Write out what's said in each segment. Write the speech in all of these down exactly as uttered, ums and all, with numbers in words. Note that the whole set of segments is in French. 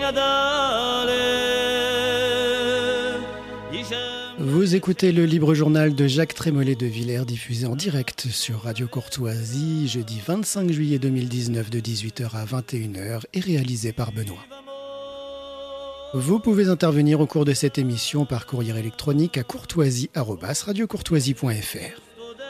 Vous écoutez le Libre Journal de Jacques Trémollet de Villers, diffusé en direct sur Radio Courtoisie, jeudi vingt-cinq juillet deux mille dix-neuf de dix-huit heures à vingt et une heures et réalisé par Benoît. Vous pouvez intervenir au cours de cette émission par courrier électronique à courtoisie arobase radiocourtoisie point f r.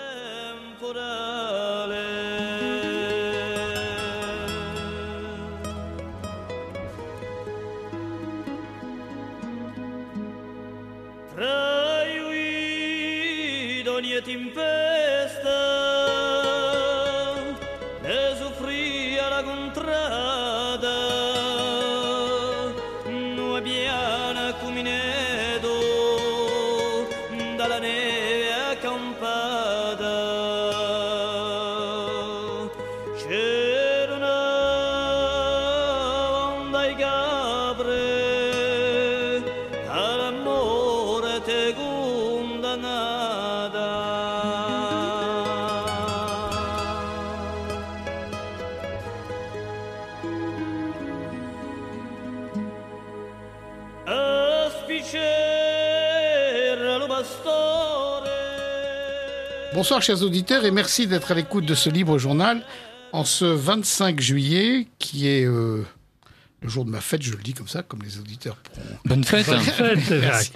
Bonsoir chers auditeurs et merci d'être à l'écoute de ce Libre Journal en ce vingt-cinq juillet qui est euh, le jour de ma fête, je le dis comme ça, comme les auditeurs pourront... Bonne fête. Bonne fête, Jacques.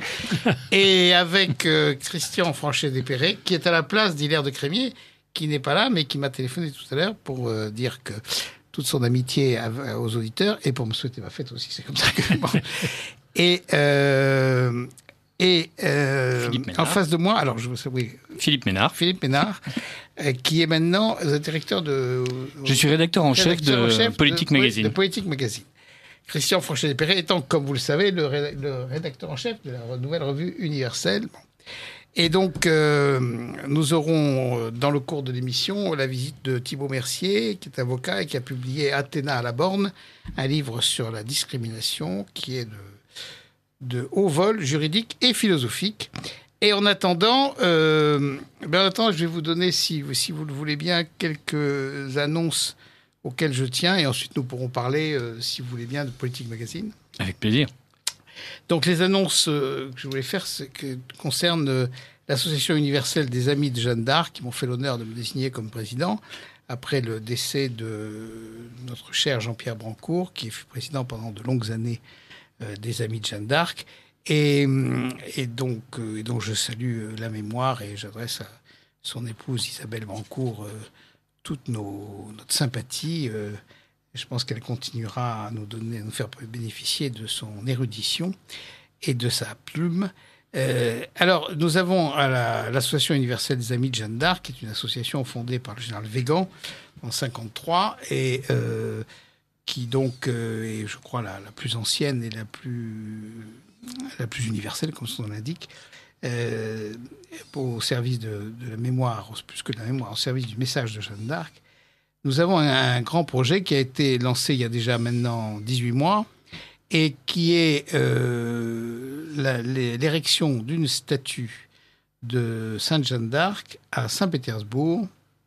Et avec euh, Christian Franchet-Despéré qui est à la place d'Hilaire de Crémier, qui n'est pas là mais qui m'a téléphoné tout à l'heure pour euh, dire que toute son amitié à, à, aux auditeurs et pour me souhaiter ma fête aussi, c'est comme ça que... Bon. Et... Euh, Et euh, en face de moi, alors je veux savoir, oui, Philippe Ménard, Philippe Ménard, euh, qui est maintenant euh, directeur de. Je suis rédacteur en chef rédacteur de en chef Politique de, Magazine. De Politique Magazine. Christian Franchet-Despéré étant, comme vous le savez, le, ré, le rédacteur en chef de la nouvelle revue universelle. Et donc, euh, nous aurons dans le cours de l'émission la visite de Thibaut Mercier, qui est avocat et qui a publié Athéna à la borne, un livre sur la discrimination qui est de. de haut vol juridique et philosophique. Et en attendant, euh, ben en attendant, je vais vous donner, si, si vous le voulez bien, quelques annonces auxquelles je tiens, et ensuite nous pourrons parler, euh, si vous voulez bien, de Politique Magazine. Avec plaisir. Donc les annonces euh, que je voulais faire c'est que, concernent euh, l'Association universelle des Amis de Jeanne d'Arc, qui m'ont fait l'honneur de me désigner comme président, après le décès de notre cher Jean-Pierre Brancourt, qui fut président pendant de longues années des Amis de Jeanne d'Arc, et, et, donc, et donc je salue la mémoire et j'adresse à son épouse Isabelle Brancourt euh, toute nos, notre sympathie. Euh, je pense qu'elle continuera à nous donner, à nous faire bénéficier de son érudition et de sa plume. Euh, alors, nous avons à la, l'Association universelle des Amis de Jeanne d'Arc, qui est une association fondée par le général Végan en cinquante-trois, et euh, qui donc euh, est, je crois, la, la plus ancienne et la plus, la plus universelle, comme son nom l'indique, euh, au service de, de la mémoire, plus que de la mémoire, au service du message de Jeanne d'Arc. Nous avons un, un grand projet qui a été lancé il y a déjà maintenant dix-huit mois et qui est euh, la, l'érection d'une statue de Sainte Jeanne d'Arc à Saint-Pétersbourg,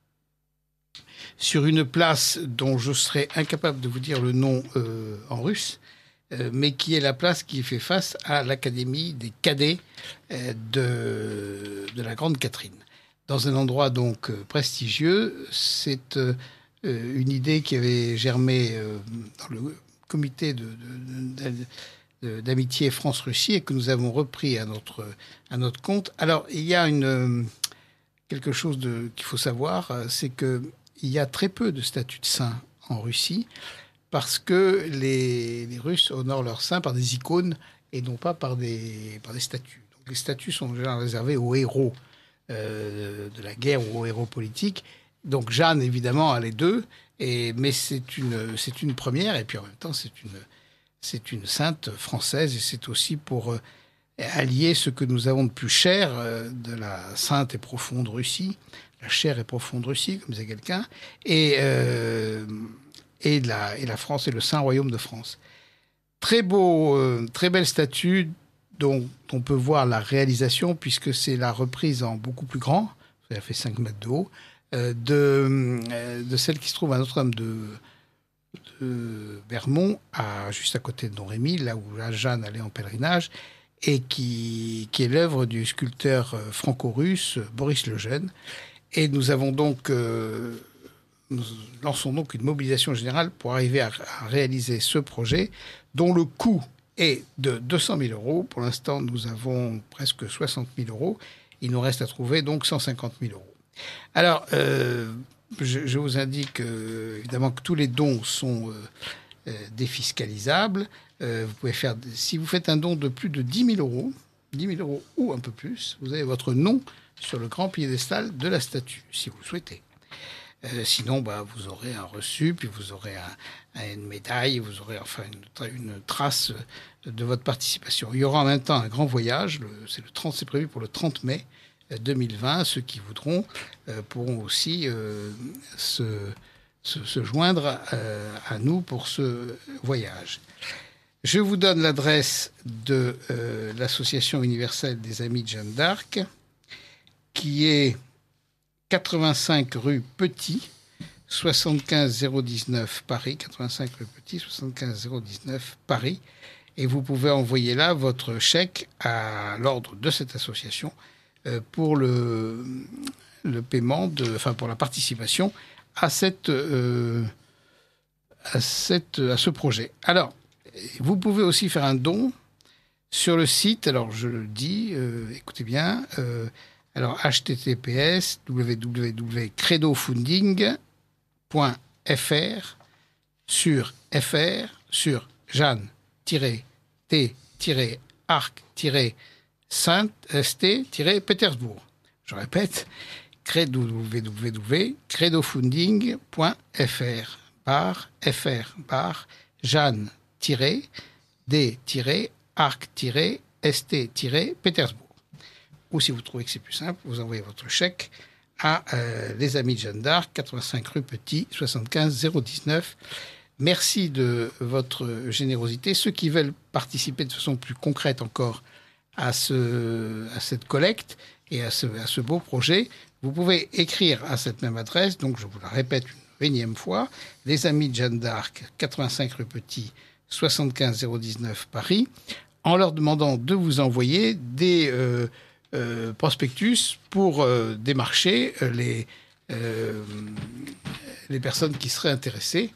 sur une place dont je serais incapable de vous dire le nom euh, en russe, euh, mais qui est la place qui fait face à l'Académie des cadets euh, de, de la Grande Catherine. Dans un endroit donc euh, prestigieux, c'est euh, une idée qui avait germé euh, dans le comité de, de, de, de, d'amitié France-Russie et que nous avons repris à notre, à notre compte. Alors, il y a une, quelque chose de, qu'il faut savoir, c'est que il y a très peu de statues de saints en Russie parce que les, les Russes honorent leurs saints par des icônes et non pas par des, par des statues. Donc les statues sont déjà réservées aux héros euh, de la guerre ou aux héros politiques. Donc Jeanne, évidemment, a les deux, et, mais c'est une, c'est une première et puis en même temps, c'est une, c'est une sainte française et c'est aussi pour euh, allier ce que nous avons de plus cher euh, de la sainte et profonde Russie, la chère et profonde Russie, comme disait quelqu'un, et, euh, et, la, et la France et le Saint Royaume de France. Très beau, euh, très belle statue dont on peut voir la réalisation, puisque c'est la reprise en beaucoup plus grand, elle fait cinq mètres de haut, euh, de, euh, de celle qui se trouve à Notre-Dame de, de Vermont, à, juste à côté de Domrémy, là où la Jeanne allait en pèlerinage, et qui, qui est l'œuvre du sculpteur franco-russe Boris Lejeune. Et nous avons donc, euh, nous lançons donc une mobilisation générale pour arriver à, à réaliser ce projet, dont le coût est de deux cent mille euros. Pour l'instant, nous avons presque soixante mille euros. Il nous reste à trouver donc cent cinquante mille euros. Alors, euh, je, je vous indique euh, évidemment que tous les dons sont euh, euh, défiscalisables. Euh, vous pouvez faire, si vous faites un don de plus de dix mille euros, dix mille euros ou un peu plus, vous avez votre nom sur le grand piédestal de la statue, si vous le souhaitez. Euh, sinon, bah, vous aurez un reçu, puis vous aurez un, un, une médaille, vous aurez enfin une, une trace de votre participation. Il y aura en même temps un grand voyage, le, c'est, le trente, c'est prévu pour le trente mai deux mille vingt. Ceux qui voudront euh, pourront aussi euh, se, se, se joindre euh, à nous pour ce voyage. Je vous donne l'adresse de euh, l'Association universelle des Amis de Jeanne d'Arc, qui est quatre-vingt-cinq rue Petit, soixante-quinze zéro dix-neuf Paris, quatre-vingt-cinq rue Petit, soixante-quinze zéro dix-neuf Paris. Et vous pouvez envoyer là votre chèque à l'ordre de cette association euh, pour le, le paiement, de, enfin pour la participation à, cette, euh, à, cette, à ce projet. Alors, vous pouvez aussi faire un don sur le site, alors je le dis, euh, écoutez bien, euh, alors h t t p s w w w point credofunding point f r sur F R sur Jeanne T Arc Saint Pétersbourg. Je répète, w w w point credofunding point f r bar F R bar Jeanne D Arc S T Pétersbourg. Ou si vous trouvez que c'est plus simple, vous envoyez votre chèque à euh, les Amis de Jeanne d'Arc, quatre-vingt-cinq rue Petit, soixante-quinze zéro dix-neuf. Merci de votre générosité. Ceux qui veulent participer de façon plus concrète encore à, ce, à cette collecte et à ce, à ce beau projet, vous pouvez écrire à cette même adresse. Donc, je vous la répète une énième fois. Les Amis de Jeanne d'Arc, quatre-vingt-cinq rue Petit, soixante-quinze zéro dix-neuf Paris, en leur demandant de vous envoyer des euh, euh, prospectus pour euh, démarcher euh, les, euh, les personnes qui seraient intéressées.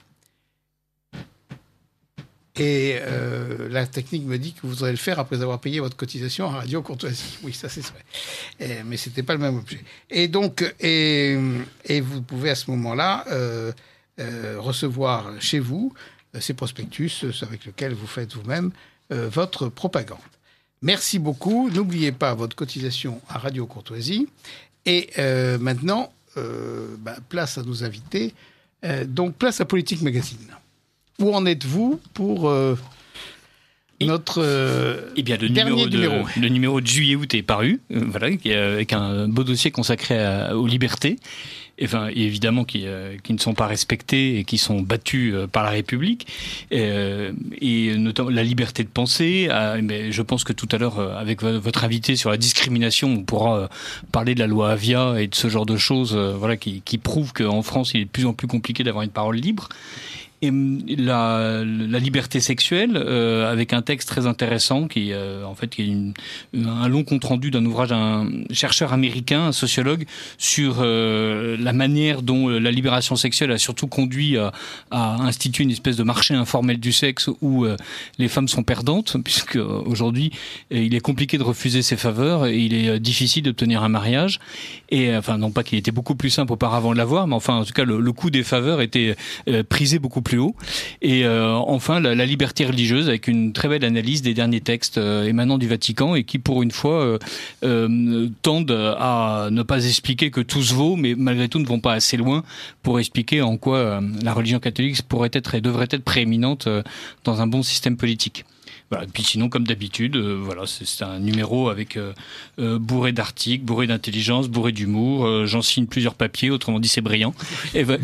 Et euh, la technique me dit que vous aurez le faire après avoir payé votre cotisation à Radio Courtoisie. Oui, ça c'est vrai. Et, mais c'était pas le même objet. Et donc, et, et vous pouvez à ce moment-là euh, euh, recevoir chez vous euh, ces prospectus avec lesquels vous faites vous-même euh, votre propagande. Merci beaucoup. N'oubliez pas votre cotisation à Radio Courtoisie. Et euh, maintenant, euh, bah, place à nos invités. Euh, donc, place à Politique Magazine. Où en êtes-vous pour euh, notre euh, eh bien, le dernier numéro de, numéro Le numéro de juillet-août est paru, euh, voilà, qui est, avec un beau dossier consacré à, aux libertés, et, enfin, et évidemment qui, euh, qui ne sont pas respectées et qui sont battues euh, par la République, euh, et notamment la liberté de penser. Euh, mais je pense que tout à l'heure, euh, avec votre invité sur la discrimination, on pourra euh, parler de la loi Avia et de ce genre de choses, euh, voilà, qui, qui prouvent qu'en France, il est de plus en plus compliqué d'avoir une parole libre. Et la, la liberté sexuelle, euh, avec un texte très intéressant qui, euh, en fait, qui est une, un long compte rendu d'un ouvrage d'un chercheur américain, un sociologue, sur euh, la manière dont la libération sexuelle a surtout conduit à, à instituer une espèce de marché informel du sexe où euh, les femmes sont perdantes, puisque euh, aujourd'hui il est compliqué de refuser ses faveurs et il est difficile d'obtenir un mariage. Et enfin, non pas qu'il était beaucoup plus simple auparavant de l'avoir, mais enfin, en tout cas, le, le coût des faveurs était euh, prisé beaucoup plus plus haut. Et euh, enfin, la, la liberté religieuse, avec une très belle analyse des derniers textes euh, émanant du Vatican et qui, pour une fois, euh, euh, tendent à ne pas expliquer que tout se vaut, mais malgré tout ne vont pas assez loin pour expliquer en quoi euh, la religion catholique pourrait être et devrait être prééminente euh, dans un bon système politique. Voilà. Puis sinon, comme d'habitude, euh, voilà, c'est, c'est un numéro avec euh, euh, bourré d'articles, bourré d'intelligence, bourré d'humour. Euh, j'en signe plusieurs papiers, autrement dit, c'est brillant. Et va...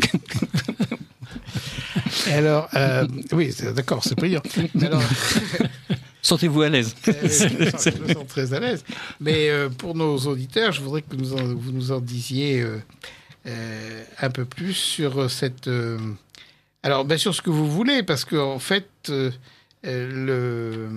Et alors, euh, oui, c'est, d'accord, c'est brillant. Alors, sentez-vous à l'aise. euh, je, me sens, je me sens très à l'aise. Mais euh, pour nos auditeurs, je voudrais que nous en, vous nous en disiez euh, euh, un peu plus sur cette euh, Alors, bien sûr, ce que vous voulez, parce qu'en fait, euh, le,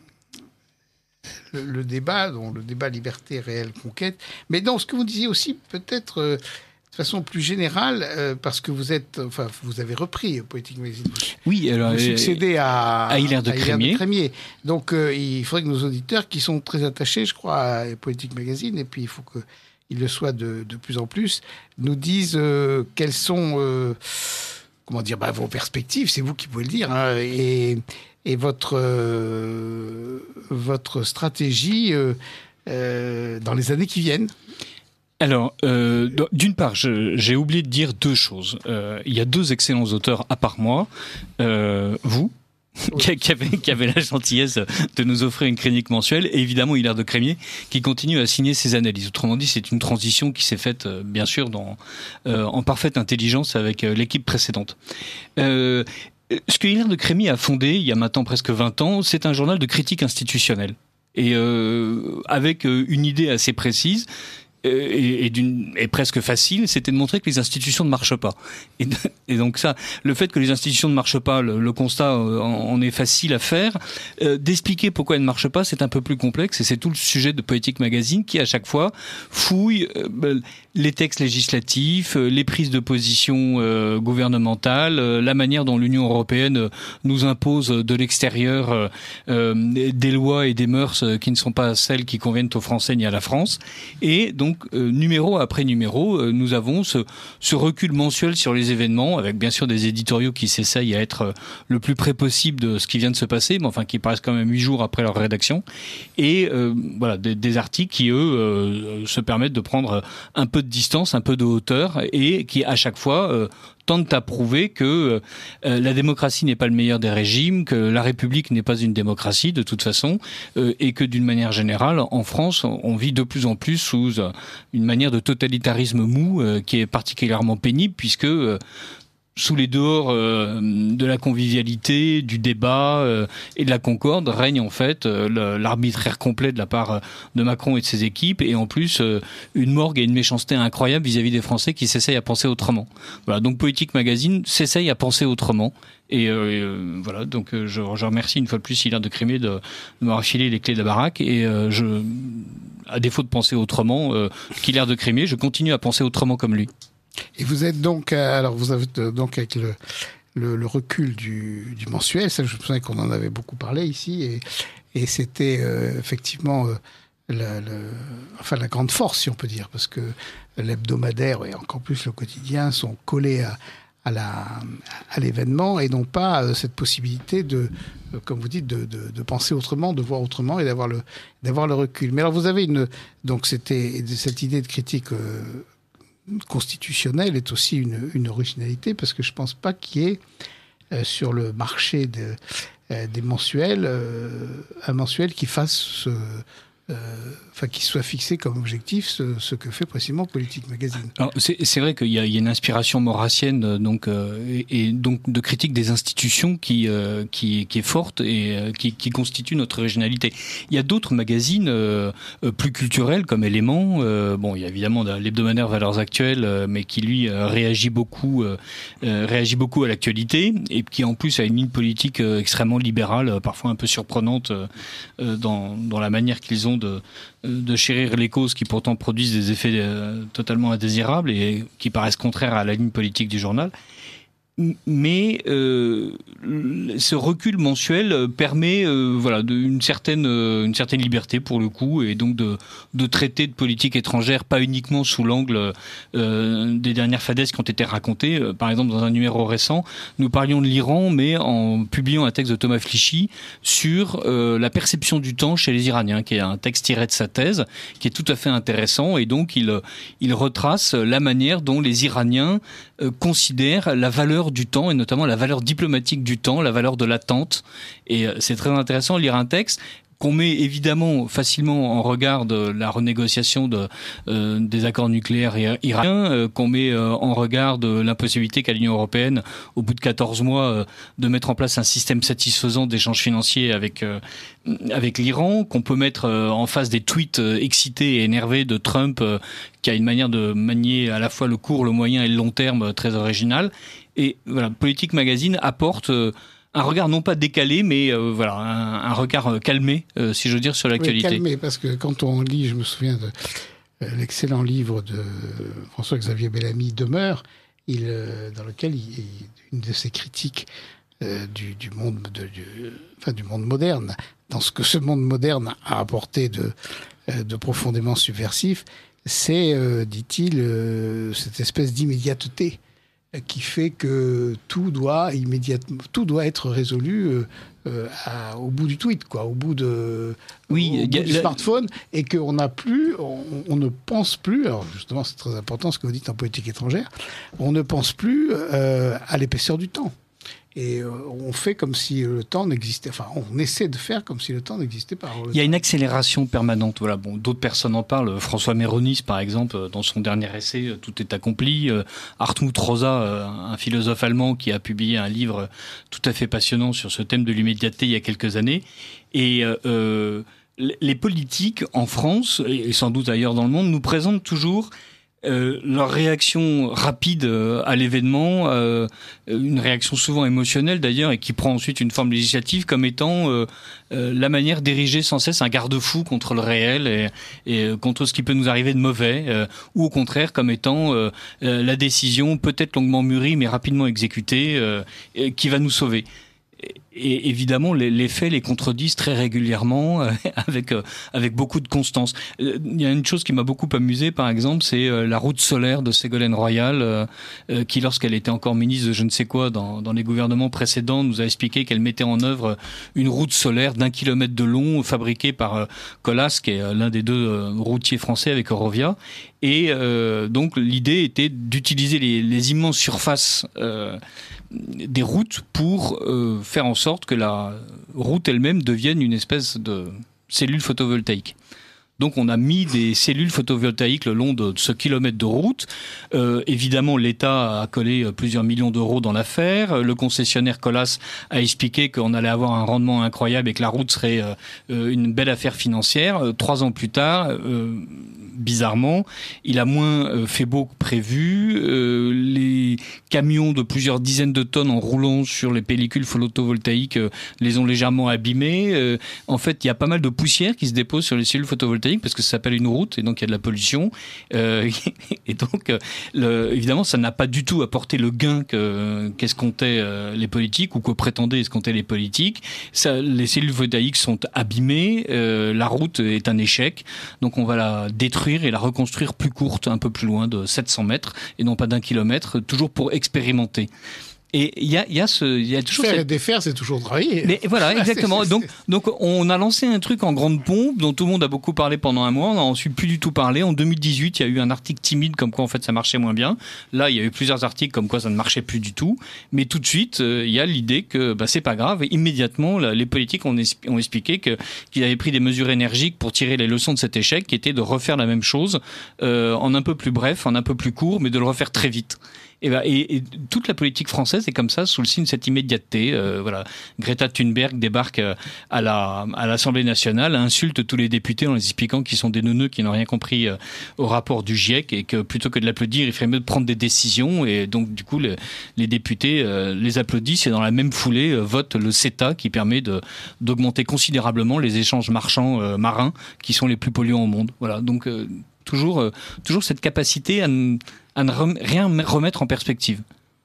le, le débat, donc, le débat liberté, réelle, conquête, mais dans ce que vous disiez aussi, peut-être euh, de façon plus générale, euh, parce que vous êtes, enfin, vous avez repris Politique Magazine. Oui, alors, vous succédez à, à Hilaire de, de Crémier. Donc, euh, il faudrait que nos auditeurs, qui sont très attachés, je crois, à Politique Magazine, et puis il faut qu'ils le soient de, de plus en plus, nous disent euh, quelles sont, euh, comment dire, bah, vos perspectives, c'est vous qui pouvez le dire, hein, et, et votre, euh, votre stratégie euh, euh, dans les années qui viennent. Alors, euh, d'une part, je, j'ai oublié de dire deux choses. Euh, il y a deux excellents auteurs à part moi, euh, vous, oui. qui, avait, qui avait la gentillesse de nous offrir une chronique mensuelle, et évidemment Hilaire de Crémier, qui continue à signer ses analyses. Autrement dit, c'est une transition qui s'est faite, euh, bien sûr, dans, euh, en parfaite intelligence avec euh, l'équipe précédente. Euh, ce que Hilaire de Crémier a fondé, il y a maintenant presque vingt ans, c'est un journal de critique institutionnelle. Et euh, avec euh, une idée assez précise, Et, et, d'une, et presque facile, c'était de montrer que les institutions ne marchent pas. Et, de, et donc ça, le fait que les institutions ne marchent pas, le, le constat en, en est facile à faire. Euh, d'expliquer pourquoi elles ne marchent pas, c'est un peu plus complexe, et c'est tout le sujet de Politique Magazine qui, à chaque fois, fouille euh, les textes législatifs, les prises de position euh, gouvernementales, euh, la manière dont l'Union européenne nous impose de l'extérieur euh, euh, des lois et des mœurs qui ne sont pas celles qui conviennent aux Français ni à la France. Et donc, Donc, euh, numéro après numéro, euh, nous avons ce, ce recul mensuel sur les événements, avec bien sûr des éditoriaux qui s'essayent à être euh, le plus près possible de ce qui vient de se passer, mais enfin qui paraissent quand même huit jours après leur rédaction, et euh, voilà des, des articles qui, eux, euh, se permettent de prendre un peu de distance, un peu de hauteur, et qui, à chaque fois, euh, tentent à prouver que euh, la démocratie n'est pas le meilleur des régimes, que la République n'est pas une démocratie de toute façon, euh, et que d'une manière générale, en France, on vit de plus en plus sous euh, une manière de totalitarisme mou euh, qui est particulièrement pénible, puisque euh, sous les dehors euh, de la convivialité, du débat euh, et de la concorde, règne en fait euh, le, l'arbitraire complet de la part de Macron et de ses équipes, et en plus euh, une morgue et une méchanceté incroyable vis-à-vis des Français qui s'essayent à penser autrement. Voilà, donc Politique Magazine s'essaye à penser autrement. Et euh, voilà, donc euh, je, je remercie une fois de plus Hilaire de Crémier de, de m'avoir filé les clés de la baraque, et euh, je, à défaut de penser autrement euh, qu'Hilaire de Crémier, je continue à penser autrement comme lui. Et vous êtes donc, alors vous êtes donc avec le, le, le recul du, du mensuel, ça je me souviens qu'on en avait beaucoup parlé ici, et, et c'était euh, effectivement euh, la, le, enfin, la grande force, si on peut dire, parce que l'hebdomadaire et encore plus le quotidien sont collés à, à, la, à l'événement, et n'ont pas euh, cette possibilité de, euh, comme vous dites, de, de, de penser autrement, de voir autrement, et d'avoir le, d'avoir le recul. Mais alors vous avez une, donc c'était cette idée de critique euh, constitutionnelle est aussi une, une originalité, parce que je ne pense pas qu'il y ait euh, sur le marché de, euh, des mensuels euh, un mensuel qui fasse ce, euh, enfin qui soit fixé comme objectif ce, ce que fait précisément Politique Magazine. Alors c'est, c'est vrai qu'il y a, il y a une inspiration maurassienne donc euh, et, et donc de critique des institutions qui euh, qui, qui est forte et euh, qui, qui constitue notre originalité. Il y a d'autres magazines euh, plus culturels comme Éléments. Euh, bon, il y a évidemment l'hebdomadaire Valeurs Actuelles, euh, mais qui lui euh, réagit beaucoup euh, réagit beaucoup à l'actualité, et qui en plus a une ligne politique euh, extrêmement libérale, euh, parfois un peu surprenante euh, dans dans la manière qu'ils ont de de chérir les causes qui pourtant produisent des effets euh, totalement indésirables et qui paraissent contraires à la ligne politique du journal. Mais euh, ce recul mensuel permet euh, voilà de, une certaine euh, une certaine liberté pour le coup, et donc de de traiter de politique étrangère pas uniquement sous l'angle euh, des dernières fadaises qui ont été racontées. Euh, par exemple, dans un numéro récent, nous parlions de l'Iran, mais en publiant un texte de Thomas Flichy sur euh, la perception du temps chez les Iraniens, qui est un texte tiré de sa thèse, qui est tout à fait intéressant, et donc il il retrace la manière dont les Iraniens euh, considèrent la valeur du temps, et notamment la valeur diplomatique du temps, la valeur de l'attente. Et c'est très intéressant de lire un texte qu'on met évidemment facilement en regard de la renégociation de, euh, des accords nucléaires iraniens, euh, qu'on met euh, en regard de l'impossibilité qu'a l'Union européenne, au bout de quatorze mois, euh, de mettre en place un système satisfaisant d'échanges financiers avec euh, avec l'Iran, qu'on peut mettre euh, en face des tweets euh, excités et énervés de Trump, euh, qui a une manière de manier à la fois le court, le moyen et le long terme euh, très original. Et voilà, Politique Magazine apporte euh, un regard non pas décalé, mais euh, voilà, un, un regard euh, calmé, euh, si je veux dire, sur l'actualité. Oui, calmé, parce que quand on lit, je me souviens de euh, l'excellent livre de François-Xavier Bellamy, Demeure, il, euh, dans lequel il, il, une de ses critiques euh, du, du monde, de, du, enfin, du monde moderne, dans ce que ce monde moderne a apporté de, euh, de profondément subversif, c'est, euh, dit-il, euh, cette espèce d'immédiateté qui fait que tout doit immédiatement, tout doit être résolu euh, euh, à, au bout du tweet, quoi, au bout de, oui, au, au bout a, du la... smartphone, et qu'on n'a plus, on, on ne pense plus. Alors justement, c'est très important ce que vous dites en politique étrangère. On ne pense plus euh, à l'épaisseur du temps. Et euh, on fait comme si le temps n'existait. Enfin, on essaie de faire comme si le temps n'existait pas. Il y a une accélération permanente. Voilà. Bon, d'autres personnes en parlent. François Méronis, par exemple, dans son dernier essai, Tout est accompli. Hartmut Rosa, un philosophe allemand, qui a publié un livre tout à fait passionnant sur ce thème de l'immédiateté il y a quelques années. Et euh, les politiques en France, et sans doute ailleurs dans le monde, nous présentent toujours Euh, leur réaction rapide euh, à l'événement, euh, une réaction souvent émotionnelle d'ailleurs, et qui prend ensuite une forme législative, comme étant euh, euh, la manière d'ériger sans cesse un garde-fou contre le réel et, et contre ce qui peut nous arriver de mauvais, euh, ou au contraire comme étant euh, euh, la décision peut-être longuement mûrie mais rapidement exécutée euh, euh, qui va nous sauver. Et évidemment, les, les faits les contredisent très régulièrement, euh, avec euh, avec beaucoup de constance. Euh, il y a une chose qui m'a beaucoup amusé, par exemple, c'est euh, la route solaire de Ségolène Royal, euh, euh, qui, lorsqu'elle était encore ministre de je ne sais quoi dans, dans les gouvernements précédents, nous a expliqué qu'elle mettait en œuvre une route solaire d'un kilomètre de long, fabriquée par euh, Colas, qui est euh, l'un des deux euh, routiers français avec Eurovia. Et euh, donc l'idée était d'utiliser les, les immenses surfaces euh, des routes pour euh, faire en sorte que la route elle-même devienne une espèce de cellule photovoltaïque. Donc on a mis des cellules photovoltaïques le long de ce kilomètre de route. Euh, évidemment, l'État a collé plusieurs millions d'euros dans l'affaire. Le concessionnaire Colas a expliqué qu'on allait avoir un rendement incroyable et que la route serait euh, une belle affaire financière. Euh, trois ans plus tard, euh, bizarrement, il a moins euh, fait beau que prévu. Euh, les camions de plusieurs dizaines de tonnes en roulant sur les pellicules photovoltaïques euh, les ont légèrement abîmés. Euh, en fait, il y a pas mal de poussière qui se dépose sur les cellules photovoltaïques parce que ça s'appelle une route et donc il y a de la pollution. Euh, et donc, le, évidemment, ça n'a pas du tout apporté le gain que, qu'escomptaient euh, les politiques ou que prétendaient escompter les politiques. Ça, les cellules photovoltaïques sont abîmées, euh, la route est un échec, donc on va la détruire et la reconstruire plus courte, un peu plus loin de sept cents mètres et non pas d'un kilomètre, toujours pour expérimenter. Et il y a, il y a ce, il y a toujours faire cette... et défaire, c'est toujours travailler. Mais voilà, exactement. Donc, donc, on a lancé un truc en grande pompe dont tout le monde a beaucoup parlé pendant un mois. On n'a ensuite plus du tout parlé. En deux mille dix-huit, il y a eu un article timide comme quoi en fait ça marchait moins bien. Là, il y a eu plusieurs articles comme quoi ça ne marchait plus du tout. Mais tout de suite, euh, il y a l'idée que bah, c'est pas grave. Et immédiatement, là, les politiques ont, esp- ont expliqué que qu'ils avaient pris des mesures énergiques pour tirer les leçons de cet échec, qui était de refaire la même chose euh, en un peu plus bref, en un peu plus court, mais de le refaire très vite. Et, bah, et, et toute la politique française est comme ça, sous le signe de cette immédiateté. Euh, voilà, Greta Thunberg débarque à la à l'Assemblée nationale, insulte tous les députés en les expliquant qu'ils sont des neuneux qui n'ont rien compris euh, au rapport du GIEC et que plutôt que de l'applaudir, il ferait mieux de prendre des décisions. Et donc du coup, le, les députés euh, les applaudissent et dans la même foulée euh, votent le CETA qui permet de d'augmenter considérablement les échanges marchands euh, marins qui sont les plus polluants au monde. Voilà, donc euh, toujours euh, toujours cette capacité à à ne rien remettre en perspective.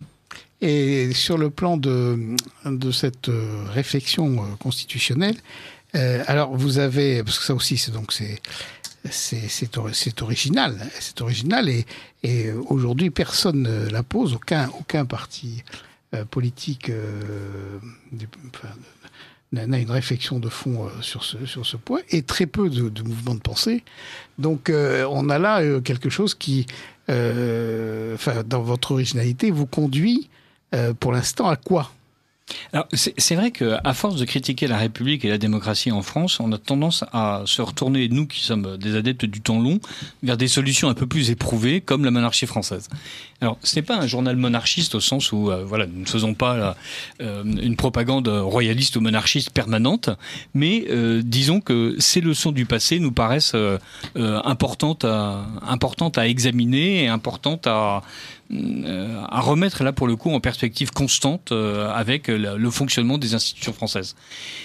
Et sur le plan de, de cette réflexion constitutionnelle, euh, alors vous avez, parce que ça aussi, c'est donc c'est c'est c'est, c'est original, c'est original et, et aujourd'hui personne ne la pose, aucun aucun parti euh, politique euh, du, enfin, n'a une réflexion de fond sur ce, sur ce point, et très peu de, de mouvements de pensée. Donc euh, on a là euh, quelque chose qui, euh, enfin, dans votre originalité, vous conduit euh, pour l'instant à quoi ? Alors, c'est, c'est vrai qu'à force de critiquer la République et la démocratie en France, on a tendance à se retourner, nous qui sommes des adeptes du temps long, vers des solutions un peu plus éprouvées, comme la monarchie française. Alors, ce n'est pas un journal monarchiste au sens où, euh, voilà, nous ne faisons pas là, euh, une propagande royaliste ou monarchiste permanente, mais euh, disons que ces leçons du passé nous paraissent euh, euh, importantes, à, importantes à examiner et importantes à à remettre là pour le coup en perspective constante euh, avec le, le fonctionnement des institutions françaises.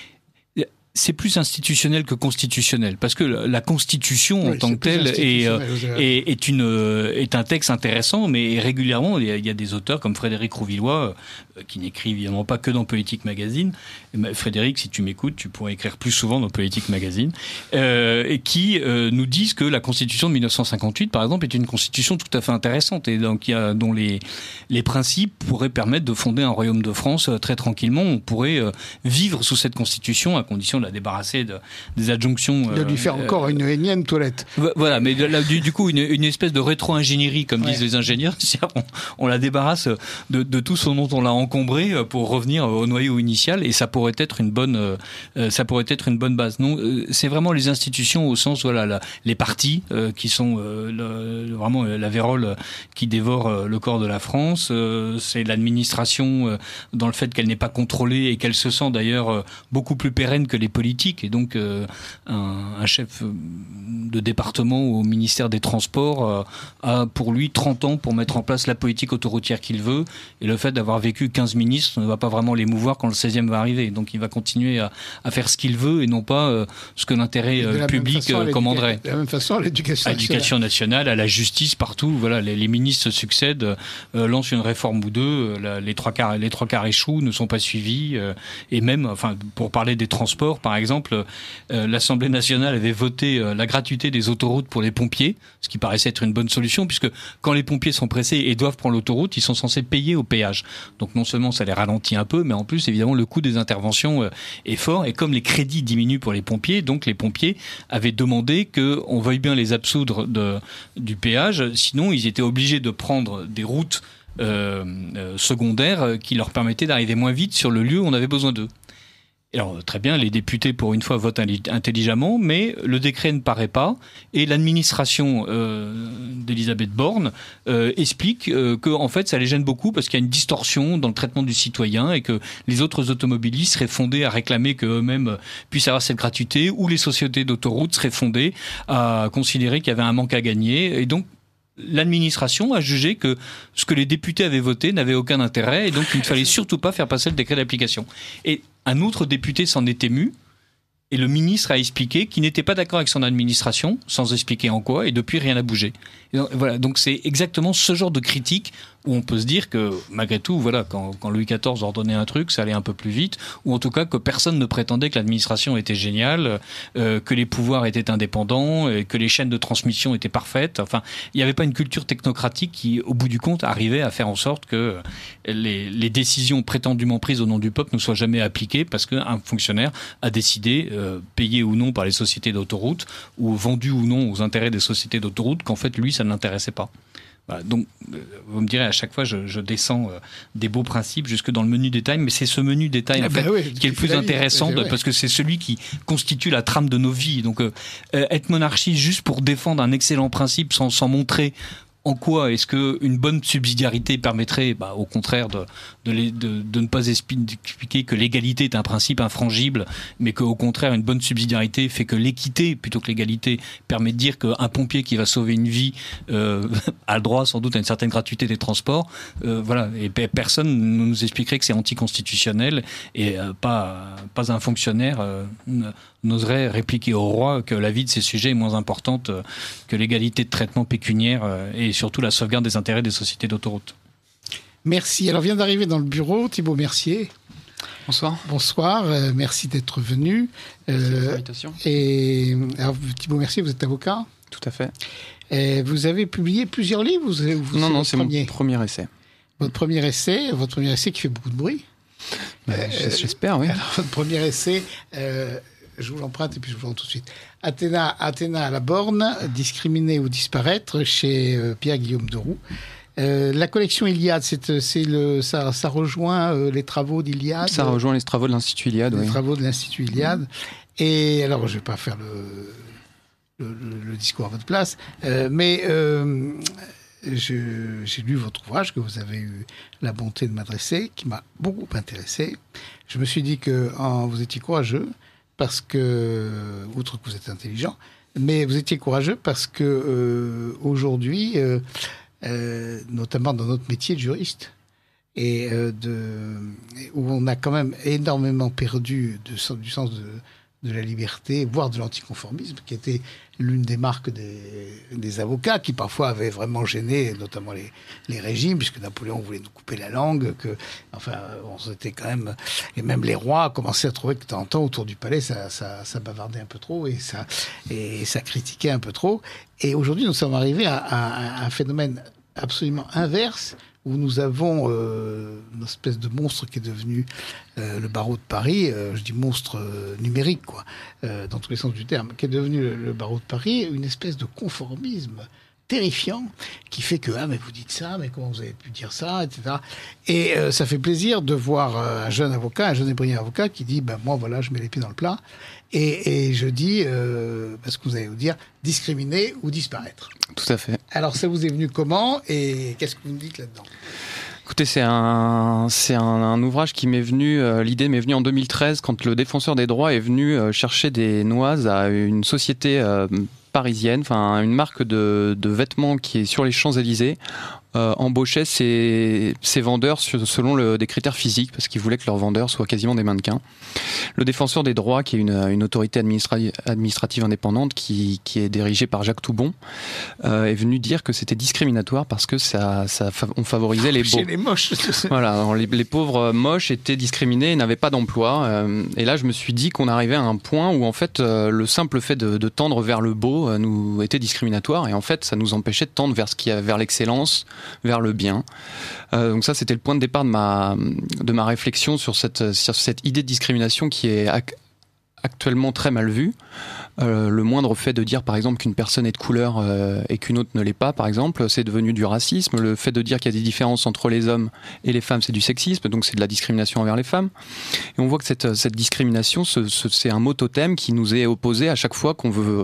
C'est plus institutionnel que constitutionnel, parce que la Constitution en oui, tant que telle est, est, est, une, est un texte intéressant, mais régulièrement, il y a, il y a des auteurs comme Frédéric Rouvillois, euh, qui n'écrit évidemment pas que dans Politique Magazine. Frédéric, si tu m'écoutes, tu pourrais écrire plus souvent dans Politique Magazine, euh, et qui euh, nous disent que la Constitution de mille neuf cent cinquante-huit, par exemple, est une Constitution tout à fait intéressante, et donc, il y a, dont les, les principes pourraient permettre de fonder un royaume de France euh, très tranquillement. On pourrait euh, vivre sous cette Constitution à condition de la débarrasser de, des adjonctions. De lui faire euh, encore une énième toilette. Voilà, mais là, du, du coup, une, une espèce de rétro-ingénierie, comme ouais. disent les ingénieurs. On, on la débarrasse de, de tout ce dont on l'a encombré pour revenir au noyau initial, et ça pourrait être une bonne, euh, ça pourrait être une bonne base. Non, euh, c'est vraiment les institutions au sens, voilà, la, les partis euh, qui sont euh, le, vraiment la vérole qui dévore euh, le corps de la France. Euh, c'est l'administration euh, dans le fait qu'elle n'est pas contrôlée et qu'elle se sent d'ailleurs euh, beaucoup plus pérenne que les politique, et donc euh, un, un chef de département au ministère des Transports euh, a pour lui trente ans pour mettre en place la politique autoroutière qu'il veut, et le fait d'avoir vécu quinze ministres ne va pas vraiment l'émouvoir quand le seizième va arriver, donc il va continuer à, à faire ce qu'il veut et non pas euh, ce que l'intérêt euh, public façon, commanderait. De la même façon à l'éducation nationale. À l'éducation nationale, à la justice, partout, voilà, les, les ministres se succèdent, euh, lancent une réforme ou deux, euh, la, les, trois quarts, les trois quarts échouent, ne sont pas suivis, euh, et même, enfin, pour parler des transports, par exemple, euh, l'Assemblée nationale avait voté euh, la gratuité des autoroutes pour les pompiers, ce qui paraissait être une bonne solution, puisque quand les pompiers sont pressés et doivent prendre l'autoroute, ils sont censés payer au péage. Donc non seulement ça les ralentit un peu, mais en plus, évidemment, le coût des interventions euh, est fort. Et comme les crédits diminuent pour les pompiers, donc les pompiers avaient demandé qu'on veuille bien les absoudre de, du péage, sinon ils étaient obligés de prendre des routes euh, euh, secondaires qui leur permettaient d'arriver moins vite sur le lieu où on avait besoin d'eux. Alors, très bien, les députés, pour une fois, votent intelligemment, mais le décret ne paraît pas, et l'administration euh, d'Elisabeth Borne euh, explique euh, que, en fait, ça les gêne beaucoup parce qu'il y a une distorsion dans le traitement du citoyen et que les autres automobilistes seraient fondés à réclamer qu'eux-mêmes puissent avoir cette gratuité, ou les sociétés d'autoroutes seraient fondées à considérer qu'il y avait un manque à gagner, et donc l'administration a jugé que ce que les députés avaient voté n'avait aucun intérêt, et donc il ne fallait surtout pas faire passer le décret d'application. Et un autre député s'en est ému, et le ministre a expliqué qu'il n'était pas d'accord avec son administration, sans expliquer en quoi, et depuis rien n'a bougé. Et donc, voilà, donc c'est exactement ce genre de critique où on peut se dire que, malgré tout, voilà, quand, quand Louis quatorze ordonnait un truc, ça allait un peu plus vite, ou en tout cas que personne ne prétendait que l'administration était géniale, euh, que les pouvoirs étaient indépendants, et que les chaînes de transmission étaient parfaites. Enfin, il n'y avait pas une culture technocratique qui, au bout du compte, arrivait à faire en sorte que les, les décisions prétendument prises au nom du peuple ne soient jamais appliquées parce qu'un fonctionnaire a décidé, euh, payé ou non par les sociétés d'autoroutes, ou vendu ou non aux intérêts des sociétés d'autoroutes, qu'en fait, lui, ça ne l'intéressait pas. Voilà, donc, vous me direz, à chaque fois, je, je descends euh, des beaux principes jusque dans le menu détail, mais c'est ce menu détail, ah en bah fait, oui, qui est le plus intéressant, de, parce que c'est celui qui constitue la trame de nos vies. Donc, euh, être monarchiste juste pour défendre un excellent principe sans, sans montrer en quoi est-ce qu'une bonne subsidiarité permettrait, bah, au contraire, de, de, les, de, de ne pas expliquer que l'égalité est un principe infrangible, mais qu'au contraire, une bonne subsidiarité fait que l'équité, plutôt que l'égalité, permet de dire qu'un pompier qui va sauver une vie euh, a le droit, sans doute, à une certaine gratuité des transports. Euh, voilà. Et personne ne nous expliquerait que c'est anticonstitutionnel, et euh, pas, pas un fonctionnaire euh, n'oserait répliquer au roi que la vie de ces sujets est moins importante que l'égalité de traitement pécuniaire et surtout la sauvegarde des intérêts des sociétés d'autoroutes. Merci. Alors vient d'arriver dans le bureau Thibault Mercier. Bonsoir. Bonsoir, euh, merci d'être venu. Merci euh, pour l'invitation. Et alors, Thibault Mercier, vous êtes avocat ? Tout à fait. Et vous avez publié plusieurs livres ou vous, vous, Non, non, c'est c'est mon premier essai. Votre premier essai, votre premier essai qui fait beaucoup de bruit. Bah, euh, j'espère, oui. Alors, votre premier essai... Euh, je vous l'emprunte et puis je vous l'emprunte tout de suite. Athéna, Athéna à la borne, discriminer ou disparaître, chez euh, Pierre-Guillaume Deroux. Euh, la collection Iliade, c'est, c'est le, ça, ça rejoint euh, les travaux d'Iliade. Ça rejoint les travaux de l'Institut Iliade, les oui. travaux de l'Institut Iliade. Et alors, je ne vais pas faire le, le, le, le discours à votre place, euh, mais euh, je, j'ai lu votre ouvrage que vous avez eu la bonté de m'adresser, qui m'a beaucoup intéressé. Je me suis dit que en, vous étiez courageux, parce que, outre que vous êtes intelligent, mais vous étiez courageux parce que euh, aujourd'hui, euh, euh, notamment dans notre métier de juriste, et euh, de, où on a quand même énormément perdu de, du sens de, de la liberté, voire de l'anticonformisme, qui était l'une des marques des, des avocats, qui parfois avaient vraiment gêné, notamment les, les régimes, puisque Napoléon voulait nous couper la langue, que, enfin, on s'était quand même, et même les rois commençaient à trouver que de temps en temps, autour du palais, ça, ça, ça bavardait un peu trop, et ça, et ça critiquait un peu trop. Et aujourd'hui, nous sommes arrivés à, à, à un phénomène absolument inverse, où nous avons euh, une espèce de monstre qui est devenu euh, le barreau de Paris, euh, je dis monstre euh, numérique, quoi, euh, dans tous les sens du terme, qui est devenu le, le barreau de Paris, une espèce de conformisme terrifiant qui fait que, ah, mais vous dites ça, mais comment vous avez pu dire ça, et cetera. Et euh, ça fait plaisir de voir euh, un jeune avocat, un jeune et brillant avocat qui dit, ben moi, voilà, je mets les pieds dans le plat, et, et je dis, euh, parce que vous allez vous dire, discriminer ou disparaître. Tout à fait. Alors, ça vous est venu comment, et qu'est-ce que vous me dites là-dedans ? Écoutez, c'est un, c'est un, un ouvrage qui m'est venu, euh, l'idée m'est venue en deux mille treize, quand le défenseur des droits est venu euh, chercher des noises à une société euh, parisienne, enfin une marque de, de vêtements qui est sur les Champs-Élysées, euh, embauchait ses, ses vendeurs sur, selon le, des critères physiques, parce qu'ils voulaient que leurs vendeurs soient quasiment des mannequins. Le défenseur des droits, qui est une, une autorité administrative, administrative indépendante, qui, qui est dirigée par Jacques Toubon, euh, est venu dire que c'était discriminatoire parce que ça, ça, on favorisait les beaux. les moches. Voilà, les, les pauvres moches étaient discriminés et n'avaient pas d'emploi. Euh, et là, je me suis dit qu'on arrivait à un point où, en fait, euh, le simple fait de, de tendre vers le beau euh, nous était discriminatoire. Et en fait, ça nous empêchait de tendre vers ce qui, vers l'excellence, vers le bien. Euh, donc ça, c'était le point de départ de ma, de ma réflexion sur cette, sur cette idée de discrimination qui est ac- actuellement très mal vue. Euh, le moindre fait de dire, par exemple, qu'une personne est de couleur euh, et qu'une autre ne l'est pas, par exemple, c'est devenu du racisme. Le fait de dire qu'il y a des différences entre les hommes et les femmes, c'est du sexisme, donc c'est de la discrimination envers les femmes. Et on voit que cette, cette discrimination, ce, ce, c'est un mot totem qui nous est opposé à chaque fois qu'on veut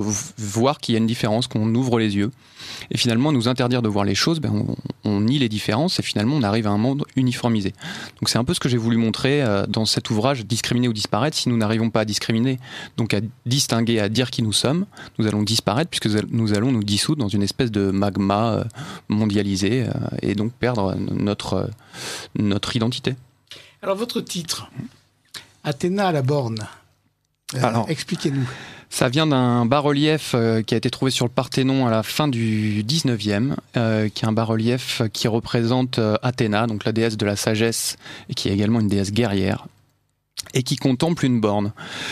voir qu'il y a une différence, qu'on ouvre les yeux. Et finalement, nous interdire de voir les choses, ben on, on nie les différences et finalement, on arrive à un monde uniformisé. Donc c'est un peu ce que j'ai voulu montrer euh, dans cet ouvrage, discriminer ou disparaître. Si nous n'arrivons pas à discriminer, donc à distinguer, à dire qui nous sommes, nous allons disparaître puisque nous allons nous dissoudre dans une espèce de magma euh, mondialisé euh, et donc perdre notre, euh, notre identité. Alors votre titre, Athéna à la borne, euh, Alors, expliquez-nous. Ça vient d'un bas-relief euh, qui a été trouvé sur le Parthénon à la fin du dix-neuvième, euh, qui est un bas-relief qui représente euh, Athéna, donc la déesse de la sagesse, et qui est également une déesse guerrière, et qui contemple une borne.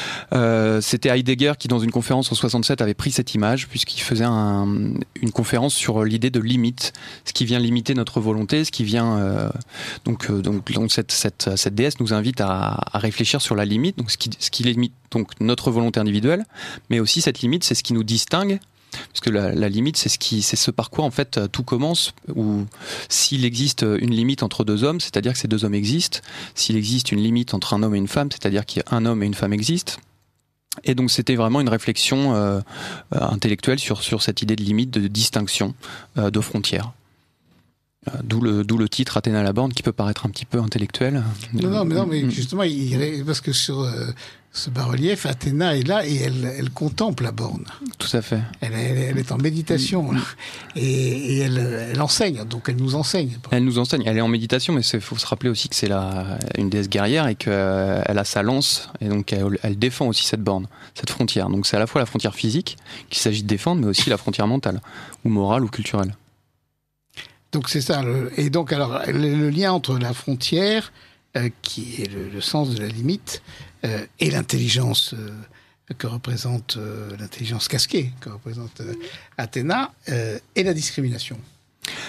Euh, c'était Heidegger qui, dans une conférence en soixante-sept, avait pris cette image, puisqu'il faisait un, une conférence sur l'idée de limite, ce qui vient limiter notre volonté, ce qui vient... Euh, donc, euh, donc, donc cette, cette, cette déesse nous invite à, à réfléchir sur la limite, donc ce qui, ce qui limite donc, notre volonté individuelle, mais aussi cette limite, c'est ce qui nous distingue, parce que la, la limite, c'est ce qui, c'est ce par quoi en fait tout commence. Où s'il existe une limite entre deux hommes, c'est-à-dire que ces deux hommes existent. S'il existe une limite entre un homme et une femme, c'est-à-dire qu'un homme et une femme existent. Et donc c'était vraiment une réflexion euh, intellectuelle sur sur cette idée de limite, de distinction, euh, de frontières. Euh, d'où le d'où le titre Athéna à la borne, qui peut paraître un petit peu intellectuel. Non, non, mais non, mais justement, il, parce que sur euh, ce bas-relief, Athéna est là et elle, elle contemple la borne. Tout à fait. Elle, elle, elle est en méditation là, et, et elle, elle enseigne, donc elle nous enseigne. Elle nous enseigne. Elle est en méditation, mais il faut se rappeler aussi que c'est la, une déesse guerrière et qu'elle a sa lance et donc elle, elle défend aussi cette borne, cette frontière. Donc c'est à la fois la frontière physique qu'il s'agit de défendre, mais aussi la frontière mentale ou morale ou culturelle. Donc c'est ça. Le, et donc alors le, le lien entre la frontière, euh, qui est le, le sens de la limite, euh, et l'intelligence euh, que représente euh, l'intelligence casquée que représente euh, Athéna, euh, et la discrimination.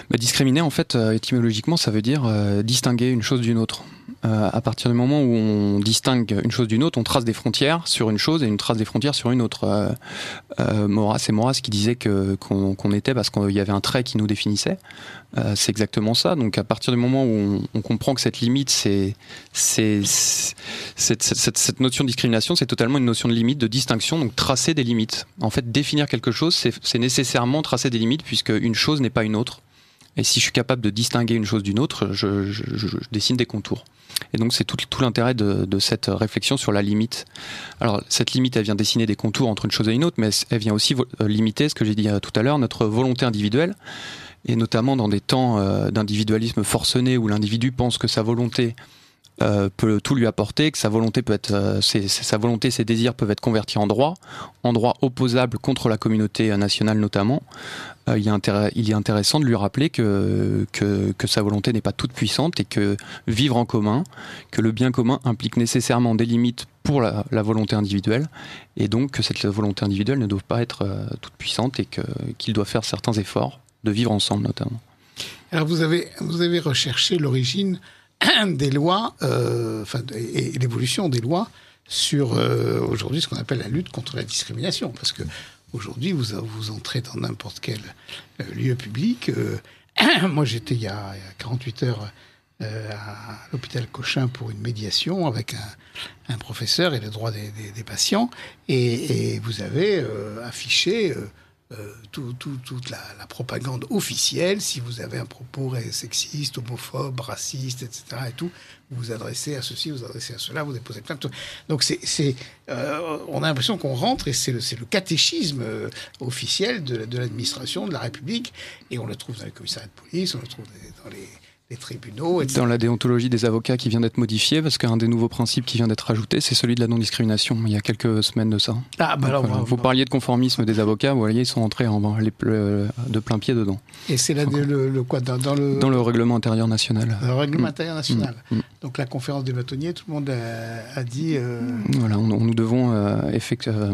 Bah, discriminer, en fait, euh, étymologiquement, ça veut dire euh, distinguer une chose d'une autre. Euh, à partir du moment où on distingue une chose d'une autre, on trace des frontières sur une chose et on trace des frontières sur une autre. Euh, euh, Maurras, c'est Maurras qui disait que, qu'on, qu'on était parce qu'il y avait un trait qui nous définissait. Euh, c'est exactement ça. Donc à partir du moment où on, on comprend que cette limite, c'est, c'est, c'est cette, cette, cette notion de discrimination, c'est totalement une notion de limite, de distinction, donc tracer des limites. En fait, définir quelque chose, c'est, c'est nécessairement tracer des limites puisque une chose n'est pas une autre. Et si je suis capable de distinguer une chose d'une autre, je, je, je, je dessine des contours. Et donc c'est tout, tout l'intérêt de, de cette réflexion sur la limite. Alors cette limite, elle vient dessiner des contours entre une chose et une autre, mais elle vient aussi limiter, ce que j'ai dit tout à l'heure, notre volonté individuelle, et notamment dans des temps euh, d'individualisme forcené où l'individu pense que sa volonté euh, peut tout lui apporter, que sa volonté peut être, euh, ses, sa volonté, ses désirs peuvent être convertis en droit, en droit opposable contre la communauté nationale notamment. Euh, il, est intéress- il est intéressant de lui rappeler que, que, que sa volonté n'est pas toute puissante et que vivre en commun, que le bien commun implique nécessairement des limites pour la, la volonté individuelle, et donc que cette volonté individuelle ne doit pas être euh, toute puissante et que, qu'il doit faire certains efforts de vivre ensemble notamment. Alors vous avez, vous avez recherché l'origine des lois, euh, enfin, et, et l'évolution des lois sur euh, aujourd'hui ce qu'on appelle la lutte contre la discrimination, parce que aujourd'hui vous vous entrez dans n'importe quel euh, lieu public. Euh, moi j'étais il y a, il y a quarante-huit heures euh, à l'hôpital Cochin pour une médiation avec un, un professeur et le droit des, des, des patients, et, et vous avez euh, affiché euh, Euh, tout, tout, toute la, la propagande officielle. Si vous avez un propos sexiste, homophobe, raciste, et cetera et tout, vous vous adressez à ceci, vous vous adressez à cela, vous déposez plein de trucs. Donc c'est, c'est, euh, on a l'impression qu'on rentre et c'est le, c'est le catéchisme euh, officiel de, de l'administration, de la République, et on le trouve dans les commissariats de police, on le trouve dans les les tribunaux, et cetera. Dans la déontologie des avocats qui vient d'être modifiée, parce qu'un des nouveaux principes qui vient d'être ajouté, c'est celui de la non-discrimination, il y a quelques semaines de ça. Ah, bah alors, Donc, voilà, vous parliez de conformisme des avocats, vous voyez, ils sont entrés en, les, le, de plein pied dedans. Et c'est là le, le quoi dans, dans le... Dans le règlement intérieur national. Le règlement mmh. intérieur national. Mmh. Donc la conférence des bâtonniers, tout le monde a, a dit... Euh... Voilà, on, on, nous devons euh, effect, euh,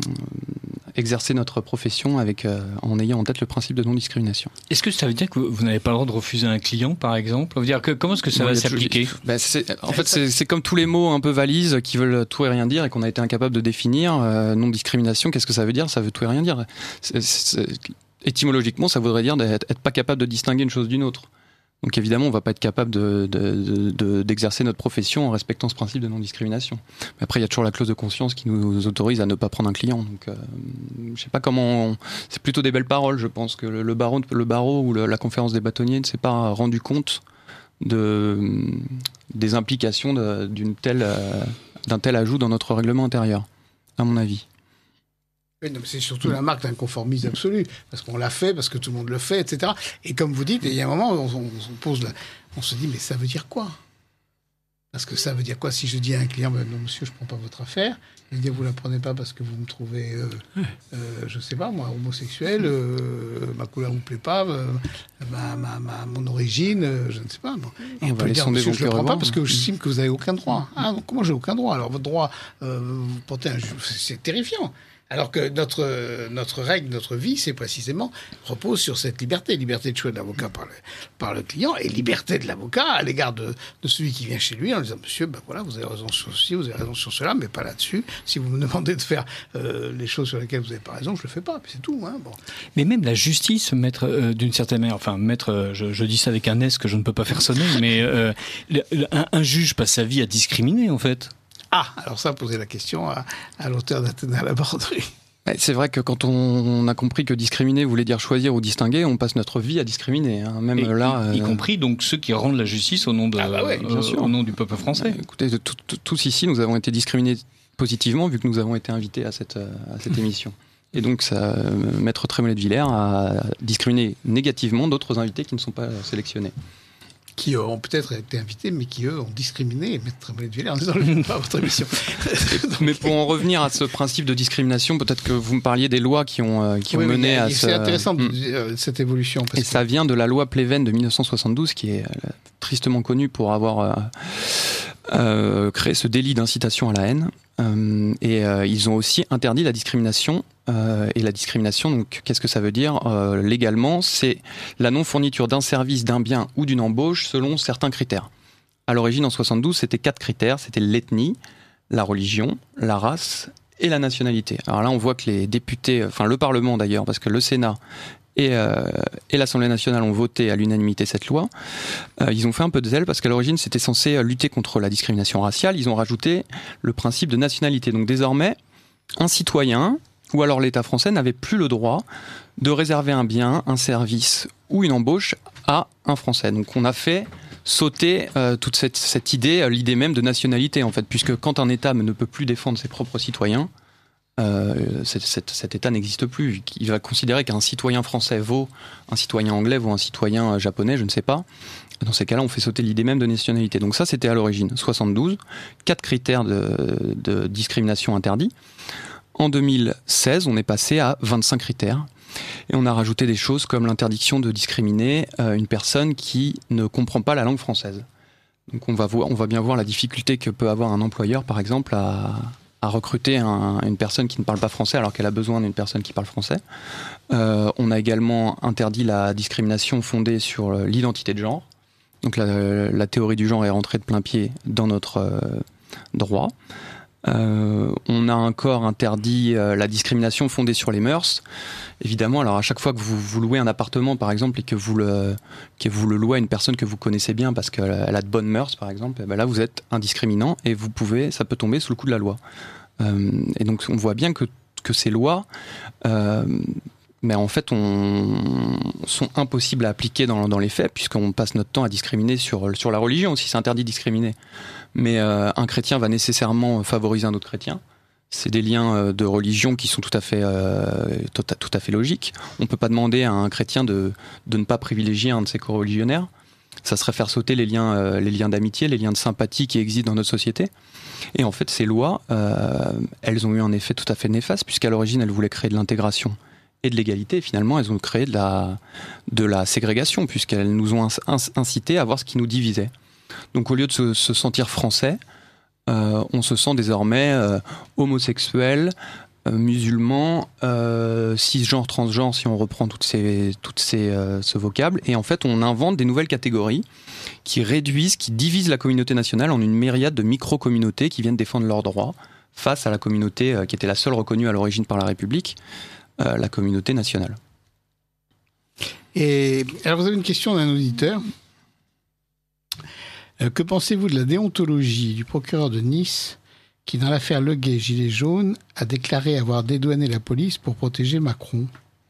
exercer notre profession avec, euh, en ayant en tête le principe de non-discrimination. Est-ce que ça veut dire que vous, vous n'avez pas le droit de refuser un client, par exemple? Ça veut dire que, comment est-ce que ça non, va s'appliquer? Ben c'est, En fait, c'est, c'est comme tous les mots un peu valises qui veulent tout et rien dire et qu'on a été incapable de définir. Euh, non-discrimination, qu'est-ce que ça veut dire? Ça veut tout et rien dire. C'est, c'est, étymologiquement, ça voudrait dire d'être être pas capable de distinguer une chose d'une autre. Donc évidemment, on ne va pas être capable de, de, de, de, d'exercer notre profession en respectant ce principe de non-discrimination. Mais après, il y a toujours la clause de conscience qui nous autorise à ne pas prendre un client. Donc, euh, je ne sais pas comment... On... C'est plutôt des belles paroles, je pense, que le, le, barreau, le barreau ou le, la conférence des bâtonniers ne s'est pas rendu compte de, des implications de, d'une telle, euh, d'un tel ajout dans notre règlement intérieur, à mon avis. Oui, non, c'est surtout la marque d'un conformisme absolu, parce qu'on l'a fait, parce que tout le monde le fait, et cetera. Et comme vous dites, il y a un moment, on, on, on, pose la, on se dit, mais ça veut dire quoi? Parce que ça veut dire quoi si je dis à un client, ben non monsieur, je ne prends pas votre affaire, il dit, vous ne la prenez pas parce que vous me trouvez, euh, euh, je ne sais pas moi, homosexuel, euh, ma couleur ne vous plaît pas, euh, ma, ma, ma, mon origine, euh, je ne sais pas. Bon. Et on peut dire, monsieur, je ne le prends pas parce que j'estime que vous n'avez aucun droit. Ah, donc, comment j'ai aucun droit? Alors votre droit, euh, vous portez un... c'est terrifiant. Alors que notre, notre règle, notre vie, c'est précisément, repose sur cette liberté. Liberté de choix de l'avocat par le, par le client et liberté de l'avocat à l'égard de, de celui qui vient chez lui en disant, monsieur, ben voilà, vous avez raison sur ceci, vous avez raison sur cela, mais pas là-dessus. Si vous me demandez de faire euh, les choses sur lesquelles vous n'avez pas raison, je le fais pas, puis c'est tout. Hein, bon. Mais même la justice, maître, euh, d'une certaine manière, enfin, maître, euh, je, je dis ça avec un S que je ne peux pas faire sonner, mais euh, le, un, un juge passe sa vie à discriminer, en fait. Ah, alors ça, poser la question à, à l'auteur d'Athéna Laborderie. C'est vrai que quand on a compris que discriminer voulait dire choisir ou distinguer, on passe notre vie à discriminer. Hein. Même et là, y, y euh... compris donc ceux qui rendent la justice au nom de, ah bah ouais, bien euh, sûr. au nom du peuple français. Euh, écoutez, tout, tout, tous ici, nous avons été discriminés positivement vu que nous avons été invités à cette, à cette émission. Et donc, ça, euh, Maître Trémollet de Villers a discriminé négativement d'autres invités qui ne sont pas sélectionnés. Qui ont peut-être été invités, mais qui, eux, ont discriminé et Maître Trémollet de Villers en disant « je ne veux pas à votre émission ». Mais pour en revenir à ce principe de discrimination, peut-être que vous me parliez des lois qui ont, euh, qui oui, ont mené a, à c'est ce... intéressant mmh. de, cette évolution. Parce et que... ça vient de la loi Pleven de dix-neuf cent soixante-douze, qui est euh, tristement connue pour avoir... Euh, euh, créé ce délit d'incitation à la haine. Euh, et euh, ils ont aussi interdit la discrimination. Euh, et la discrimination, donc, qu'est-ce que ça veut dire euh, légalement? C'est la non-fourniture d'un service, d'un bien ou d'une embauche selon certains critères. À l'origine, en soixante-douze, c'était quatre critères. C'était l'ethnie, la religion, la race et la nationalité. Alors là, on voit que les députés, enfin le Parlement d'ailleurs, parce que le Sénat et, euh, et l'Assemblée nationale ont voté à l'unanimité cette loi, euh, ils ont fait un peu de zèle parce qu'à l'origine, c'était censé lutter contre la discrimination raciale. Ils ont rajouté le principe de nationalité. Donc désormais, un citoyen ou alors l'État français n'avait plus le droit de réserver un bien, un service ou une embauche à un Français. Donc on a fait sauter euh, toute cette, cette idée, l'idée même de nationalité en fait, puisque quand un État ne peut plus défendre ses propres citoyens, euh, cet, cet, cet État n'existe plus. Il va considérer qu'un citoyen français vaut un citoyen anglais, vaut un citoyen japonais, je ne sais pas. Dans ces cas-là, on fait sauter l'idée même de nationalité. Donc ça, c'était à l'origine, soixante-douze, quatre critères de, de discrimination interdits. En deux mille seize, on est passé à vingt-cinq critères. Et on a rajouté des choses comme l'interdiction de discriminer euh, une personne qui ne comprend pas la langue française. Donc on va, voir, on va bien voir la difficulté que peut avoir un employeur, par exemple, à, à recruter un, une personne qui ne parle pas français alors qu'elle a besoin d'une personne qui parle français. Euh, on a également interdit la discrimination fondée sur l'identité de genre. Donc la, la théorie du genre est rentrée de plein pied dans notre euh, droit. Euh, on a encore interdit euh, la discrimination fondée sur les mœurs. Évidemment, alors à chaque fois que vous, vous louez un appartement, par exemple, et que vous le, que vous le louez à une personne que vous connaissez bien parce qu'elle a de bonnes mœurs, par exemple, et ben là vous êtes indiscriminant et vous pouvez, ça peut tomber sous le coup de la loi. Euh, et donc on voit bien que, que ces lois, euh, mais en fait, on, sont impossibles à appliquer dans, dans les faits, puisqu'on passe notre temps à discriminer sur, sur la religion aussi. C'est interdit de discriminer. Mais euh, un chrétien va nécessairement favoriser un autre chrétien. C'est des liens de religion qui sont tout à fait, euh, tout, à, tout à fait logiques. On ne peut pas demander à un chrétien de, de ne pas privilégier un de ses coreligionnaires. Ça serait faire sauter les liens, euh, les liens d'amitié, les liens de sympathie qui existent dans notre société. Et en fait, ces lois, euh, elles ont eu un effet tout à fait néfaste, puisqu'à l'origine, elles voulaient créer de l'intégration et de l'égalité. Et finalement, elles ont créé de la, de la ségrégation, puisqu'elles nous ont incité à voir ce qui nous divisait. Donc au lieu de se, se sentir français, euh, on se sent désormais euh, homosexuel, euh, musulman, euh, cisgenre, transgenre, si on reprend toutes ces, toutes ces, euh, ce vocable. Et en fait, on invente des nouvelles catégories qui réduisent, qui divisent la communauté nationale en une myriade de micro-communautés qui viennent défendre leurs droits face à la communauté euh, qui était la seule reconnue à l'origine par la République, euh, la communauté nationale. Et alors vous avez une question d'un auditeur. Euh, que pensez-vous de la déontologie du procureur de Nice qui, dans l'affaire Leguet Gilets jaunes, a déclaré avoir dédouané la police pour protéger Macron?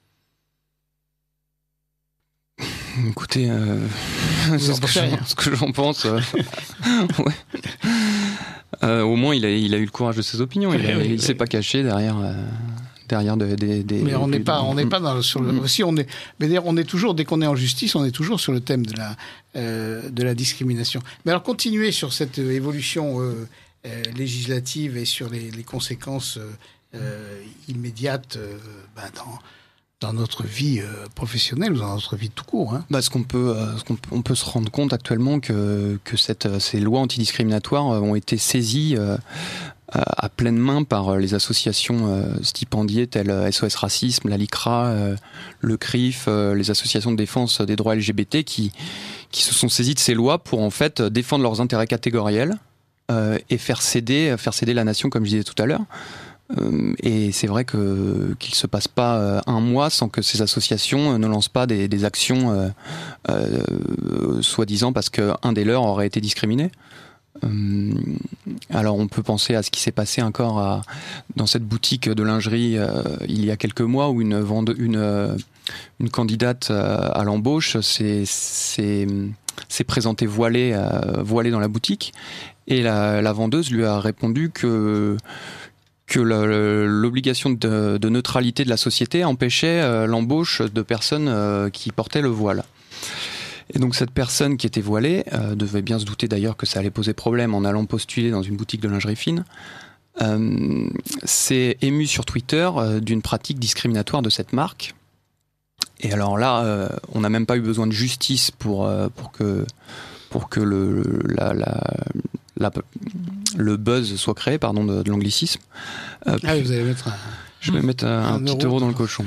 Écoutez, euh, c'est ce que, ce que j'en pense. Euh, ouais. euh, au moins, il a, il a eu le courage de ses opinions. Il ne oui, s'est oui. pas caché derrière... Euh... derrière des, des, des mais on n'est pas on n'est pas dans le, sur le mmh. si on est mais d'ailleurs on est toujours, dès qu'on est en justice, on est toujours sur le thème de la euh, de la discrimination. Mais alors continuer sur cette évolution euh, euh, législative et sur les, les conséquences euh, immédiates euh, bah, dans dans notre vie euh, professionnelle ou dans notre vie tout court. Hein. Bah, ce qu'on peut, euh, ce qu'on peut, on peut se rendre compte actuellement que que cette, ces lois antidiscriminatoires ont été saisies euh, à pleine main par les associations euh, stipendiées telles S O S Racisme, la LICRA, euh, le C R I F, euh, les associations de défense des droits L G B T qui, qui se sont saisies de ces lois pour en fait défendre leurs intérêts catégoriels euh, et faire céder, faire céder la nation, comme je disais tout à l'heure. Euh, et c'est vrai que, qu'il ne se passe pas euh, un mois sans que ces associations ne lancent pas des, des actions euh, euh, soi-disant parce qu'un des leurs aurait été discriminé. Euh, alors on peut penser à ce qui s'est passé encore à, dans cette boutique de lingerie euh, il y a quelques mois où une, vende, une, euh, une candidate euh, à l'embauche s'est, s'est, s'est présentée voilée, euh, voilée dans la boutique et la, la vendeuse lui a répondu que que le, l'obligation de, de neutralité de la société empêchait euh, l'embauche de personnes euh, qui portaient le voile. Et donc cette personne qui était voilée euh, devait bien se douter d'ailleurs que ça allait poser problème en allant postuler dans une boutique de lingerie fine, euh, s'est émue sur Twitter euh, d'une pratique discriminatoire de cette marque. Et alors là, euh, on n'a même pas eu besoin de justice pour, euh, pour que, pour que le, la, la, la, le buzz soit créé, pardon, de, de l'anglicisme. Euh, ah, puis, vous allez mettre un, je vais mettre un, un, un petit euro dans le cochon.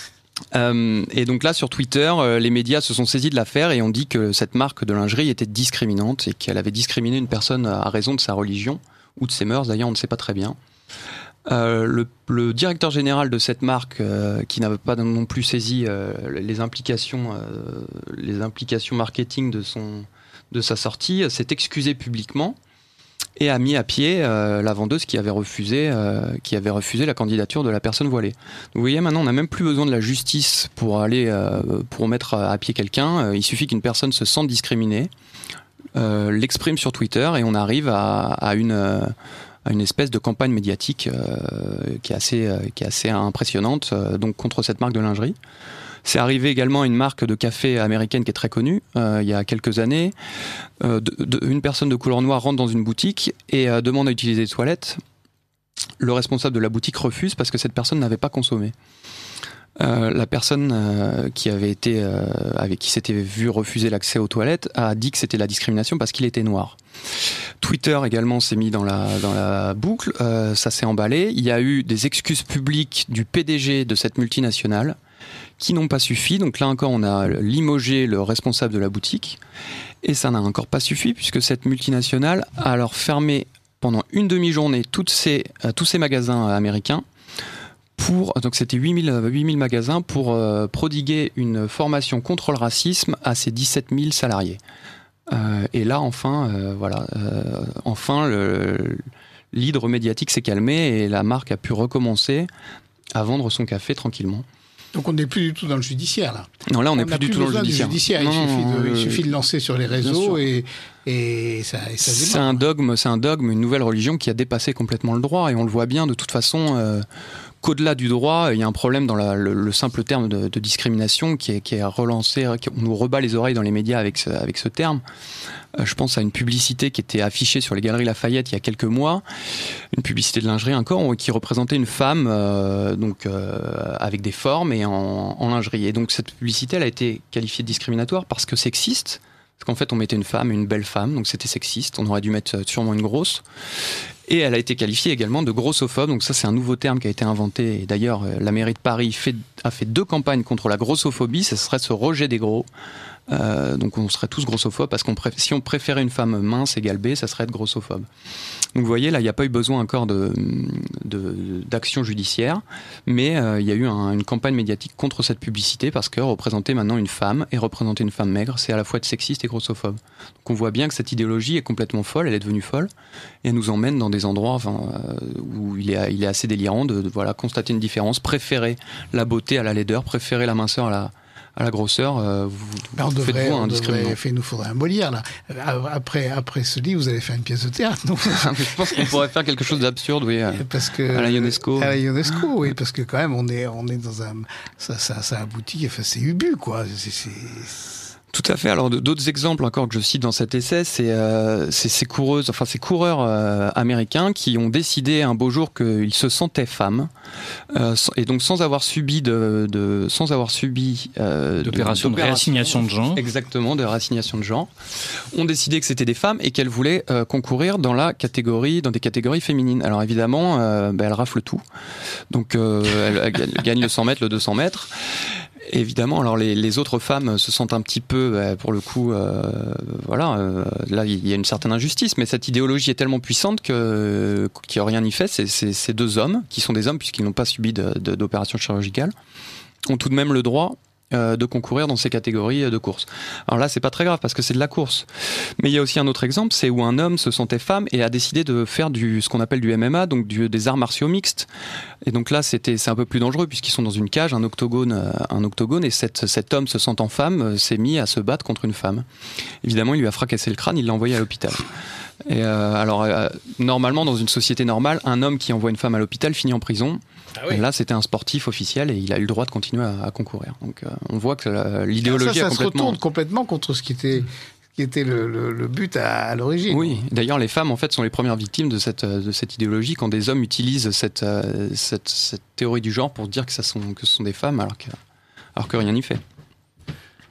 Euh, et donc là, sur Twitter, euh, les médias se sont saisis de l'affaire et ont dit que cette marque de lingerie était discriminante et qu'elle avait discriminé une personne à raison de sa religion ou de ses mœurs, d'ailleurs on ne sait pas très bien. Euh, le, le directeur général de cette marque, euh, qui n'avait pas non plus saisi euh, les implications, euh, les implications marketing de, son, de sa sortie, s'est excusé publiquement et a mis à pied euh, la vendeuse qui avait refusé, euh, qui avait refusé la candidature de la personne voilée. Donc, vous voyez, maintenant, on n'a même plus besoin de la justice pour aller euh, pour mettre à pied quelqu'un. Il suffit qu'une personne se sente discriminée, euh, l'exprime sur Twitter, et on arrive à, à une euh, à une espèce de campagne médiatique euh, qui est assez euh, qui est assez impressionnante, euh, donc contre cette marque de lingerie. C'est arrivé également à une marque de café américaine qui est très connue, euh, il y a quelques années. Euh, de, de, une personne de couleur noire rentre dans une boutique et euh, demande à utiliser les toilettes. Le responsable de la boutique refuse parce que cette personne n'avait pas consommé. Euh, la personne euh, qui avait été, euh, avec qui s'était vu refuser l'accès aux toilettes a dit que c'était la discrimination parce qu'il était noir. Twitter également s'est mis dans la, dans la boucle, euh, ça s'est emballé. Il y a eu des excuses publiques du P D G de cette multinationale qui n'ont pas suffi. Donc là encore, on a limogé le responsable de la boutique. Et ça n'a encore pas suffi puisque cette multinationale a alors fermé pendant une demi-journée toutes ces, euh, tous ces magasins américains. Pour, donc c'était huit mille magasins pour euh, prodiguer une formation contre le racisme à ses dix-sept mille salariés. Euh, et là, enfin, euh, voilà, euh, enfin, le, l'hydre médiatique s'est calmé et la marque a pu recommencer à vendre son café tranquillement. Donc on n'est plus du tout dans le judiciaire, là. Non, là on n'est plus du tout dans le judiciaire. judiciaire. Non, il, suffit de, euh, il suffit de lancer sur les réseaux et, et ça, et ça c'est un dogme, c'est un dogme, une nouvelle religion qui a dépassé complètement le droit. Et on le voit bien de toute façon, euh, qu'au-delà du droit, il y a un problème dans la, le, le simple terme de, de discrimination qui est, qui est relancé. On nous rebat les oreilles dans les médias avec ce, avec ce terme. Euh, je pense à une publicité qui était affichée sur les Galeries Lafayette il y a quelques mois, une publicité de lingerie encore, qui représentait une femme euh, donc euh, avec des formes et en, en lingerie. Et donc cette publicité, elle a été qualifiée de discriminatoire parce que sexiste. Parce qu'en fait, on mettait une femme, une belle femme, donc c'était sexiste. On aurait dû mettre sûrement une grosse. Et elle a été qualifiée également de grossophobe. Donc ça, c'est un nouveau terme qui a été inventé. Et d'ailleurs, la mairie de Paris fait, a fait deux campagnes contre la grossophobie. Ce serait ce rejet des gros. Euh, donc on serait tous grossophobes parce qu'on préf... si on préférait une femme mince égale B, ça serait être grossophobe. Donc vous voyez, là, il n'y a pas eu besoin encore de, de, d'action judiciaire, mais euh, il y a eu un, une campagne médiatique contre cette publicité parce que représenter maintenant une femme et représenter une femme maigre, c'est à la fois être sexiste et grossophobe. Donc on voit bien que cette idéologie est complètement folle, elle est devenue folle, et elle nous emmène dans des endroits enfin, euh, où il est, il est assez délirant de, de voilà, constater une différence, préférer la beauté à la laideur, préférer la minceur à la... à la grosseur, euh, vous, ben on vous devrait, faites-vous on un devrait, discriminant. Il nous faudrait un Molière, là. Après, après ce livre, vous allez faire une pièce de théâtre, non? Je pense qu'on pourrait faire quelque chose d'absurde, oui. Parce que, à la Ionesco. À la Ionesco, oui, parce que quand même, on est, on est dans un... Ça, ça, ça aboutit, enfin, c'est ubu, quoi. C'est... c'est... Tout à fait. Alors d'autres exemples encore que je cite dans cet essai, c'est euh, ces coureuses, enfin ces coureurs euh, américains qui ont décidé un beau jour qu'ils se sentaient femmes euh, et donc sans avoir subi de, de sans avoir subi euh, d'opération de, de réassignation de genre, exactement, de réassignation de genre, ont décidé que c'était des femmes et qu'elles voulaient euh, concourir dans la catégorie, dans des catégories féminines. Alors évidemment, euh, ben, elles raflent tout. Donc euh, elles, elles gagnent le cent mètres, le deux cents mètres. Évidemment, alors les, les autres femmes se sentent un petit peu, bah, pour le coup, euh, voilà, euh, là il y a une certaine injustice, mais cette idéologie est tellement puissante que qu'il n'y a rien y fait. C'est, c'est, ces deux hommes, qui sont des hommes puisqu'ils n'ont pas subi de, de, d'opération chirurgicale, ont tout de même le droit euh, de concourir dans ces catégories de course. Alors là, c'est pas très grave parce que c'est de la course. Mais il y a aussi un autre exemple, c'est où un homme se sentait femme et a décidé de faire du ce qu'on appelle du M M A, donc du, des arts martiaux mixtes. Et donc là, c'était c'est un peu plus dangereux puisqu'ils sont dans une cage, un octogone, un octogone, et cet, cet homme se sentant femme s'est mis à se battre contre une femme. Évidemment, il lui a fracassé le crâne, il l'a envoyé à l'hôpital. Et euh, alors, euh, normalement, dans une société normale, un homme qui envoie une femme à l'hôpital finit en prison. Ah oui. Et là, c'était un sportif officiel et il a eu le droit de continuer à, à concourir. Donc, euh, on voit que la, l'idéologie ça, ça a complètement... se retourne complètement contre ce qui était, qui était le, le, le but à, à l'origine. Oui, d'ailleurs, les femmes, en fait, sont les premières victimes de cette, de cette idéologie quand des hommes utilisent cette, cette, cette théorie du genre pour dire que, ça sont, que ce sont des femmes alors que, alors que rien n'y fait.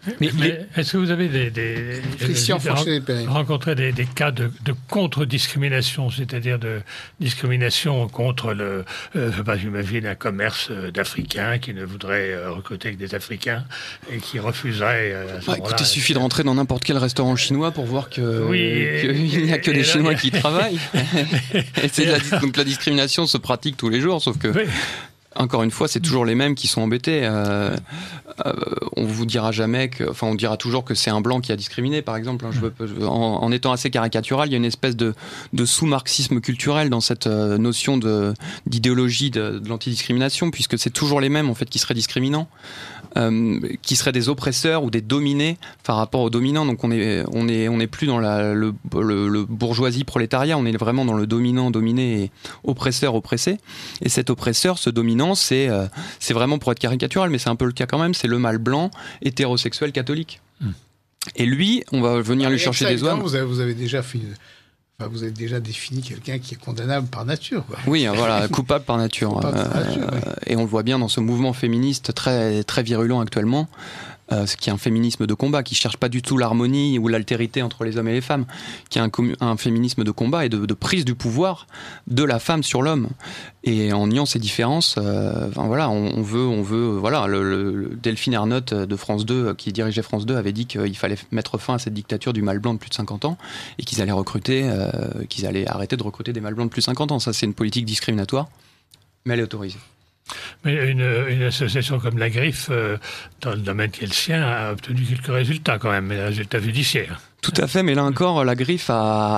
Mais, mais est-ce que vous avez des, des, Christian des rencontré des, des cas de, de contre-discrimination, c'est-à-dire de discrimination contre le, euh, je sais pas, j'imagine un commerce d'Africains qui ne voudrait euh, recruter que des Africains et qui refuserait. Euh, à ce bah, écoutez, il suffit de rentrer dans n'importe quel restaurant chinois pour voir que oui, qu'il n'y a que des là, Chinois a... qui travaillent. et c'est la, donc la discrimination se pratique tous les jours, sauf que. Oui. Encore une fois, c'est toujours les mêmes qui sont embêtés. Euh, euh, on vous dira jamais que, enfin, on dira toujours que c'est un blanc qui a discriminé, par exemple. Hein, je veux, en, en étant assez caricatural, il y a une espèce de, de sous-marxisme culturel dans cette euh, notion de d'idéologie de, de l'antidiscrimination, puisque c'est toujours les mêmes en fait qui seraient discriminants, euh, qui seraient des oppresseurs ou des dominés par rapport aux dominants. Donc on est on est on n'est plus dans la le, le, le bourgeoisie prolétariat, on est vraiment dans le dominant dominé et oppresseur oppressé. Et cet oppresseur, ce dominant, c'est euh, c'est vraiment, pour être caricatural, mais c'est un peu le cas quand même, c'est le mâle blanc hétérosexuel catholique. Mmh. Et lui, on va venir ah, lui chercher des oies. Vous avez, vous avez déjà fait une... Enfin, vous avez déjà défini quelqu'un qui est condamnable par nature, quoi. Oui, voilà, coupable par nature. Coupable par nature euh, oui. Et on le voit bien dans ce mouvement féministe très très virulent actuellement. Euh, ce qui est un féminisme de combat, qui cherche pas du tout l'harmonie ou l'altérité entre les hommes et les femmes, qui est un, un féminisme de combat et de, de prise du pouvoir de la femme sur l'homme. Et en niant ces différences, euh, enfin, voilà, on, on veut, on veut, voilà, le, le Delphine Ernotte de France deux, qui dirigeait France deux, avait dit qu'il fallait mettre fin à cette dictature du mâle blanc de plus de cinquante ans et qu'ils allaient recruter, euh, qu'ils allaient arrêter de recruter des mâles blancs de plus de cinquante ans. Ça, c'est une politique discriminatoire, mais elle est autorisée. Mais une, une association comme la Griffe, euh, dans le domaine qui est le sien, a obtenu quelques résultats quand même, des résultats judiciaires. Tout à fait, mais là encore, la Griffe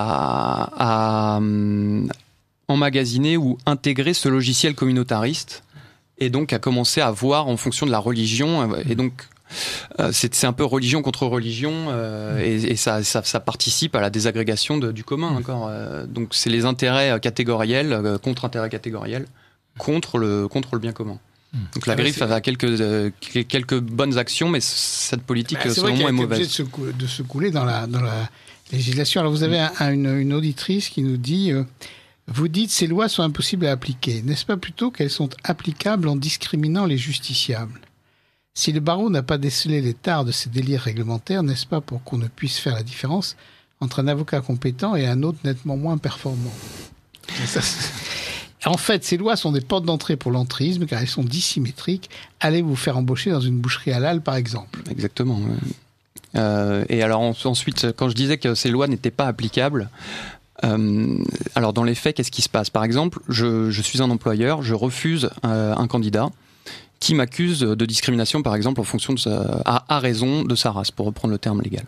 a, a hum, emmagasiné ou intégré ce logiciel communautariste et donc a commencé à voir en fonction de la religion. Et donc, euh, c'est, c'est un peu religion contre religion euh, et, et ça, ça, ça participe à la désagrégation de, du commun encore. Euh, donc, c'est les intérêts catégoriels euh, contre intérêts catégoriels. Contre le, contre le bien commun. Donc la Griffe a quelques, euh, quelques bonnes actions, mais cette politique, bah, selon moi, est mauvaise. C'est vrai qu'elle est obligée de se, de se couler dans la, dans la législation. Alors vous avez un, un, une, une auditrice qui nous dit euh, vous dites ces lois sont impossibles à appliquer. N'est-ce pas plutôt qu'elles sont applicables en discriminant les justiciables ? Si le barreau n'a pas décelé les tares de ces délires réglementaires, n'est-ce pas pour qu'on ne puisse faire la différence entre un avocat compétent et un autre nettement moins performant ? Ça, en fait, ces lois sont des portes d'entrée pour l'entrisme, car elles sont dissymétriques. Allez vous faire embaucher dans une boucherie halal, par exemple. Exactement. Ouais. Euh, et alors ensuite, quand je disais que ces lois n'étaient pas applicables, euh, alors dans les faits, qu'est-ce qui se passe ? Par exemple, je, je suis un employeur, je refuse euh, un candidat qui m'accuse de discrimination, par exemple, en fonction de sa, à, à raison de sa race, pour reprendre le terme légal.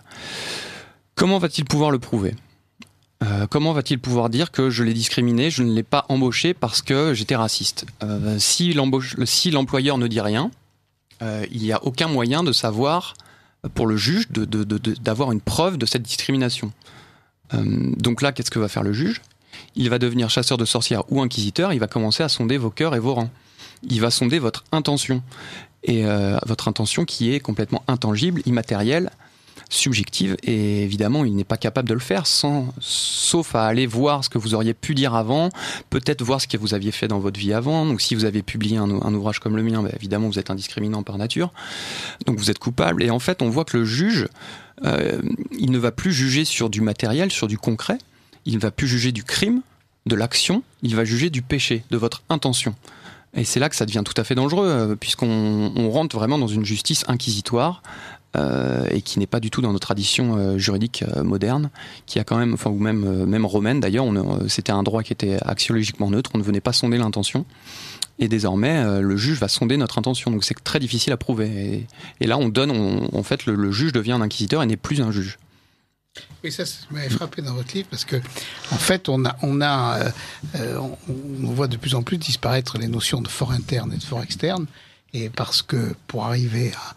Comment va-t-il pouvoir le prouver ? Euh, comment va-t-il pouvoir dire que je l'ai discriminé, je ne l'ai pas embauché parce que j'étais raciste ? euh, si, l'embauche, si l'employeur ne dit rien, euh, il n'y a aucun moyen de savoir, pour le juge, de, de, de, de, d'avoir une preuve de cette discrimination. Euh, donc là, qu'est-ce que va faire le juge ? Il va devenir chasseur de sorcières ou inquisiteur, il va commencer à sonder vos cœurs et vos rangs. Il va sonder votre intention. Et euh, votre intention qui est complètement intangible, immatérielle, subjective, et évidemment il n'est pas capable de le faire sans, sauf à aller voir ce que vous auriez pu dire avant, peut-être voir ce que vous aviez fait dans votre vie avant. Donc si vous avez publié un, un ouvrage comme le mien, bah, évidemment vous êtes indiscriminant par nature, donc vous êtes coupable. Et en fait on voit que le juge euh, il ne va plus juger sur du matériel, sur du concret, il ne va plus juger du crime, de l'action, il va juger du péché, de votre intention. Et c'est là que ça devient tout à fait dangereux, puisqu'on on rentre vraiment dans une justice inquisitoire, Euh, et qui n'est pas du tout dans nos traditions euh, juridiques euh, modernes, qui a quand même, enfin ou même euh, même romaine d'ailleurs, on, euh, c'était un droit qui était axiologiquement neutre, on ne venait pas sonder l'intention, et désormais euh, le juge va sonder notre intention, donc c'est très difficile à prouver. Et, et là on donne, on, en fait le, le juge devient un inquisiteur et n'est plus un juge. Oui, ça, ça m'avait frappé dans votre livre parce que, en fait, on a, on a, euh, euh, on, on voit de plus en plus disparaître les notions de fort interne et de fort externe, et parce que pour arriver à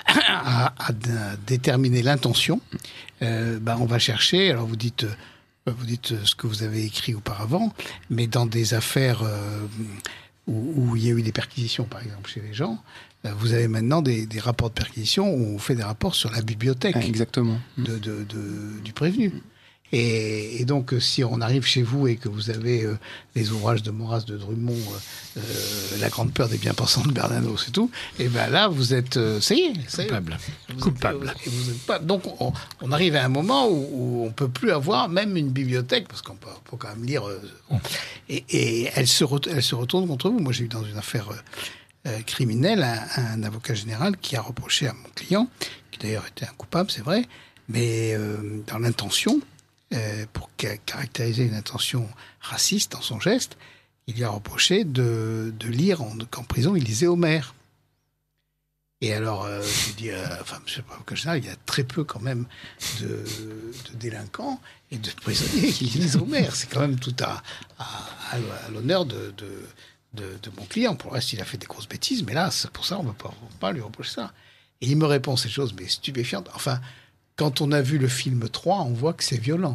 À, à, à déterminer l'intention, euh, bah on va chercher. Alors vous dites, euh, vous dites ce que vous avez écrit auparavant, mais dans des affaires euh, où, où il y a eu des perquisitions, par exemple chez les gens, euh, vous avez maintenant des, des rapports de perquisition où on fait des rapports sur la bibliothèque. Exactement. De, de, de, du prévenu. Et, et donc, si on arrive chez vous et que vous avez euh, les ouvrages de Maurras, de Drummond, euh, euh, La Grande Peur des Bien-Pensants de Bernanos et tout, et ben là, vous êtes, euh, ça y est, ça y est, Coupable. vous Coupable. êtes, vous êtes pas, donc, on, on arrive à un moment où, où on peut plus avoir même une bibliothèque, parce qu'on peut, peut quand même lire. Euh, et, et elle se, re, elle se retourne contre vous. Moi, j'ai eu dans une affaire euh, euh, criminelle un, un avocat général qui a reproché à mon client, qui d'ailleurs était un coupable, c'est vrai, mais euh, dans l'intention. Euh, pour ca- caractériser une intention raciste dans son geste, il lui a reproché de, de lire en, qu'en prison il lisait Homère. Et alors, euh, je dis, euh, enfin, monsieur le procureur général, il y a très peu quand même de, de délinquants et de prisonniers qui lisent Homère. C'est quand même tout à, à, à l'honneur de, de, de, de mon client. Pour le reste, il a fait des grosses bêtises, mais là, c'est pour ça, on ne va pas, pas lui reprocher ça. Et il me répond ces choses, mais stupéfiantes. Enfin, quand on a vu le film trois, on voit que c'est violent.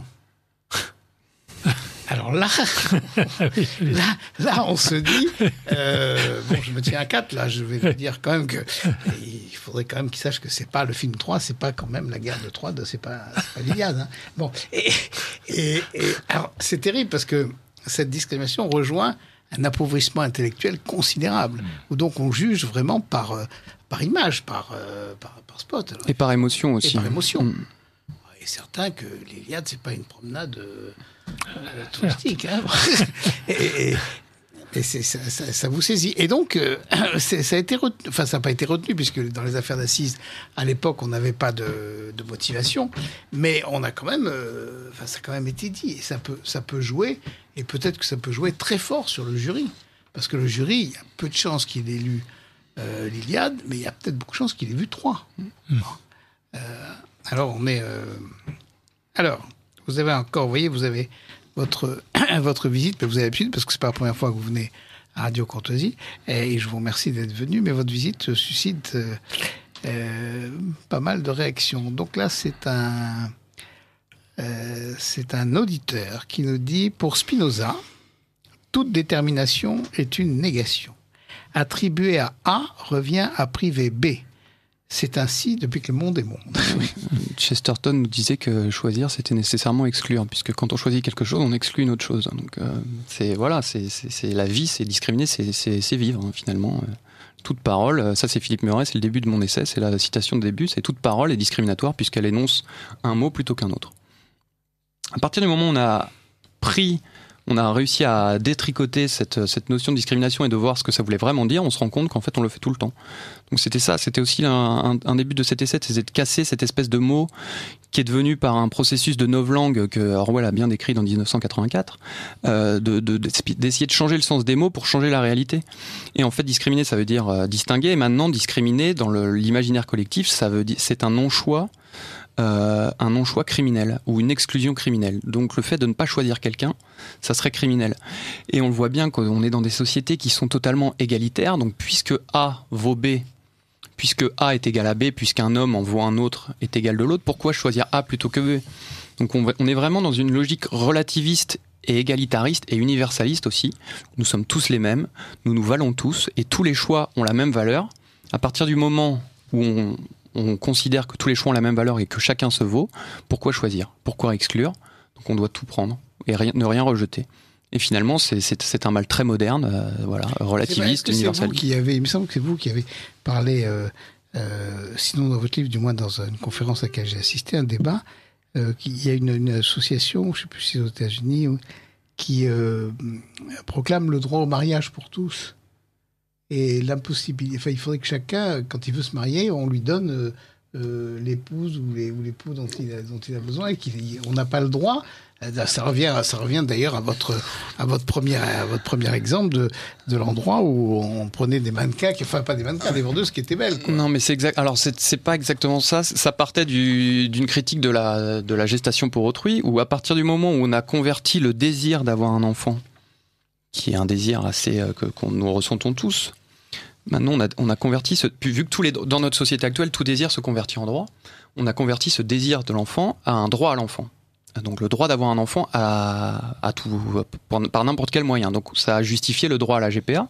Alors là, là, là, on se dit, euh, bon, je me tiens à quatre, là, je vais lui dire quand même que il faudrait quand même qu'il sache que c'est pas le film trois, c'est pas quand même la guerre de Troie, c'est pas, c'est pas l'Iliade. Hein. Bon, et, et, et alors c'est terrible parce que cette discrimination rejoint un appauvrissement intellectuel considérable, où donc on juge vraiment par euh, par image, par, euh, par par spot. Alors, et par émotion aussi. Et par émotion. Mmh. Il est certain que l'Iliade, c'est pas une promenade euh, euh, touristique. Hein. et et, et c'est, ça, ça, ça vous saisit. Et donc, euh, c'est, ça a été retenu, enfin, ça n'a pas été retenu, puisque dans les affaires d'assises, à l'époque, on n'avait pas de, de motivation, mais on a quand même, euh, enfin, ça a quand même été dit. Et ça peut, ça peut jouer, et peut-être que ça peut jouer très fort sur le jury. Parce que le jury, il y a peu de chances qu'il ait lu euh, l'Iliade, mais il y a peut-être beaucoup de chances qu'il ait vu Troie. Mmh. Bon. Euh, Alors, on est. Euh... Alors, vous avez encore, vous voyez, vous avez votre, votre visite, mais vous avez l'habitude, parce que c'est pas la première fois que vous venez à Radio Courtoisie, et je vous remercie d'être venu, mais votre visite suscite euh, euh, pas mal de réactions. Donc là, c'est un, euh, c'est un auditeur qui nous dit, pour Spinoza, toute détermination est une négation. Attribuer à A revient à priver B. C'est ainsi depuis que le monde est monde. Chesterton nous disait que choisir, c'était nécessairement exclure, puisque quand on choisit quelque chose, on exclut une autre chose. Donc, euh, c'est, voilà, c'est, c'est, c'est la vie, c'est discriminer, c'est, c'est, c'est vivre, hein, finalement. Toute parole, ça c'est Philippe Murray, c'est le début de mon essai, c'est la citation de début, c'est toute parole est discriminatoire puisqu'elle énonce un mot plutôt qu'un autre. À partir du moment où on a pris... on a réussi à détricoter cette, cette notion de discrimination et de voir ce que ça voulait vraiment dire, on se rend compte qu'en fait on le fait tout le temps. Donc c'était ça, c'était aussi un, un, un début de cet essai, c'était de casser cette espèce de mot qui est devenu par un processus de novlangue que Orwell a bien décrit dans dix-neuf cent quatre-vingt-quatre, euh, de, de, d'essayer de changer le sens des mots pour changer la réalité. Et en fait discriminer ça veut dire euh, distinguer, et maintenant discriminer dans le, l'imaginaire collectif, ça veut dire, c'est un non-choix. Euh, un non-choix criminel ou une exclusion criminelle. Donc le fait de ne pas choisir quelqu'un, ça serait criminel. Et on le voit bien qu'on est dans des sociétés qui sont totalement égalitaires. Donc puisque A vaut B, puisque A est égal à B, puisqu'un homme en vaut un autre est égal de l'autre, pourquoi choisir A plutôt que B ? Donc on, on est vraiment dans une logique relativiste et égalitariste et universaliste aussi. Nous sommes tous les mêmes, nous nous valons tous et tous les choix ont la même valeur. À partir du moment où on on considère que tous les choix ont la même valeur et que chacun se vaut, pourquoi choisir ? Pourquoi exclure ? Donc on doit tout prendre et rien, ne rien rejeter. Et finalement, c'est, c'est, c'est un mal très moderne, euh, voilà, relativiste, universaliste. C'est vous qui avez, il me semble que c'est vous qui avez parlé, euh, euh, sinon dans votre livre, du moins dans une conférence à laquelle j'ai assisté, un débat, euh, il y a une, une association, je ne sais plus si c'est aux États-Unis, qui euh, proclame le droit au mariage pour tous. Et l'impossibilité, enfin, il faudrait que chacun, quand il veut se marier, on lui donne euh, euh, l'épouse ou, les, ou l'époux dont il a, dont il a besoin et qu'on n'a pas le droit. Ça revient, ça revient d'ailleurs à votre, à votre premier, à votre premier exemple de, de l'endroit où on prenait des mannequins, qui, enfin pas des mannequins, des vendeuses qui étaient belles, quoi. Non, mais c'est exact. Alors c'est, c'est pas exactement ça. Ça partait du, d'une critique de la, de la gestation pour autrui, où à partir du moment où on a converti le désir d'avoir un enfant, qui est un désir assez euh, que qu'on nous ressentons tous. Maintenant, on a, on a converti ce, vu que tous les, dans notre société actuelle, tout désir se convertit en droit, on a converti ce désir de l'enfant à un droit à l'enfant. Donc le droit d'avoir un enfant à, à tout, par, par n'importe quel moyen. Donc ça a justifié le droit à la G P A.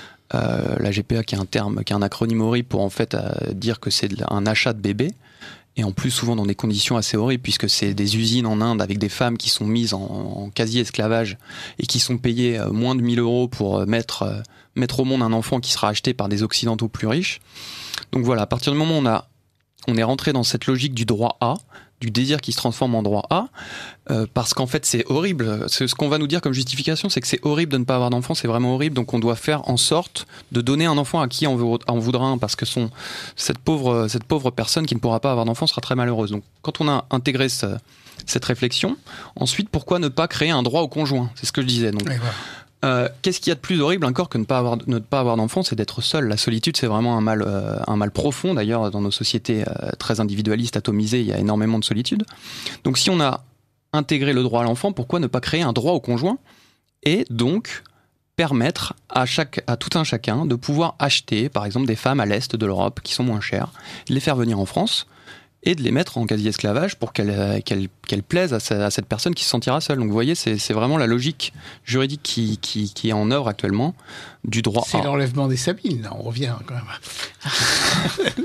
Euh, la G P A qui est un terme, qui est un acronyme horrible pour en fait euh, dire que c'est un achat de bébé. et en plus souvent dans des conditions assez horribles, puisque c'est des usines en Inde avec des femmes qui sont mises en, en quasi-esclavage et qui sont payées moins de mille euros pour mettre, mettre au monde un enfant qui sera acheté par des occidentaux plus riches. Donc voilà, à partir du moment où on, a, on est rentré dans cette logique du droit A, du désir qui se transforme en droit A, euh, parce qu'en fait c'est horrible. Ce qu'on va nous dire comme justification, c'est que c'est horrible de ne pas avoir d'enfant, c'est vraiment horrible, donc on doit faire en sorte de donner un enfant à qui on en voudra un, parce que son, cette, pauvre, cette pauvre personne qui ne pourra pas avoir d'enfant sera très malheureuse. Donc quand on a intégré ce, cette réflexion, ensuite pourquoi ne pas créer un droit au conjoint ? C'est ce que je disais. Donc, voilà. Euh, qu'est-ce qu'il y a de plus horrible encore que ne pas avoir, ne pas avoir d'enfant, c'est d'être seul. La solitude, c'est vraiment un mal, euh, un mal profond. D'ailleurs, dans nos sociétés euh, très individualistes, atomisées, il y a énormément de solitude. Donc, si on a intégré le droit à l'enfant, pourquoi ne pas créer un droit au conjoint et donc permettre à, chaque, à tout un chacun de pouvoir acheter, par exemple, des femmes à l'est de l'Europe qui sont moins chères, de les faire venir en France et de les mettre en quasi-esclavage pour qu'elles qu'elles, qu'elles plaisent à, sa, à cette personne qui se sentira seule. Donc vous voyez, c'est, c'est vraiment la logique juridique qui, qui, qui est en œuvre actuellement du droit c'est A. C'est l'enlèvement des Sabines, là, on revient quand même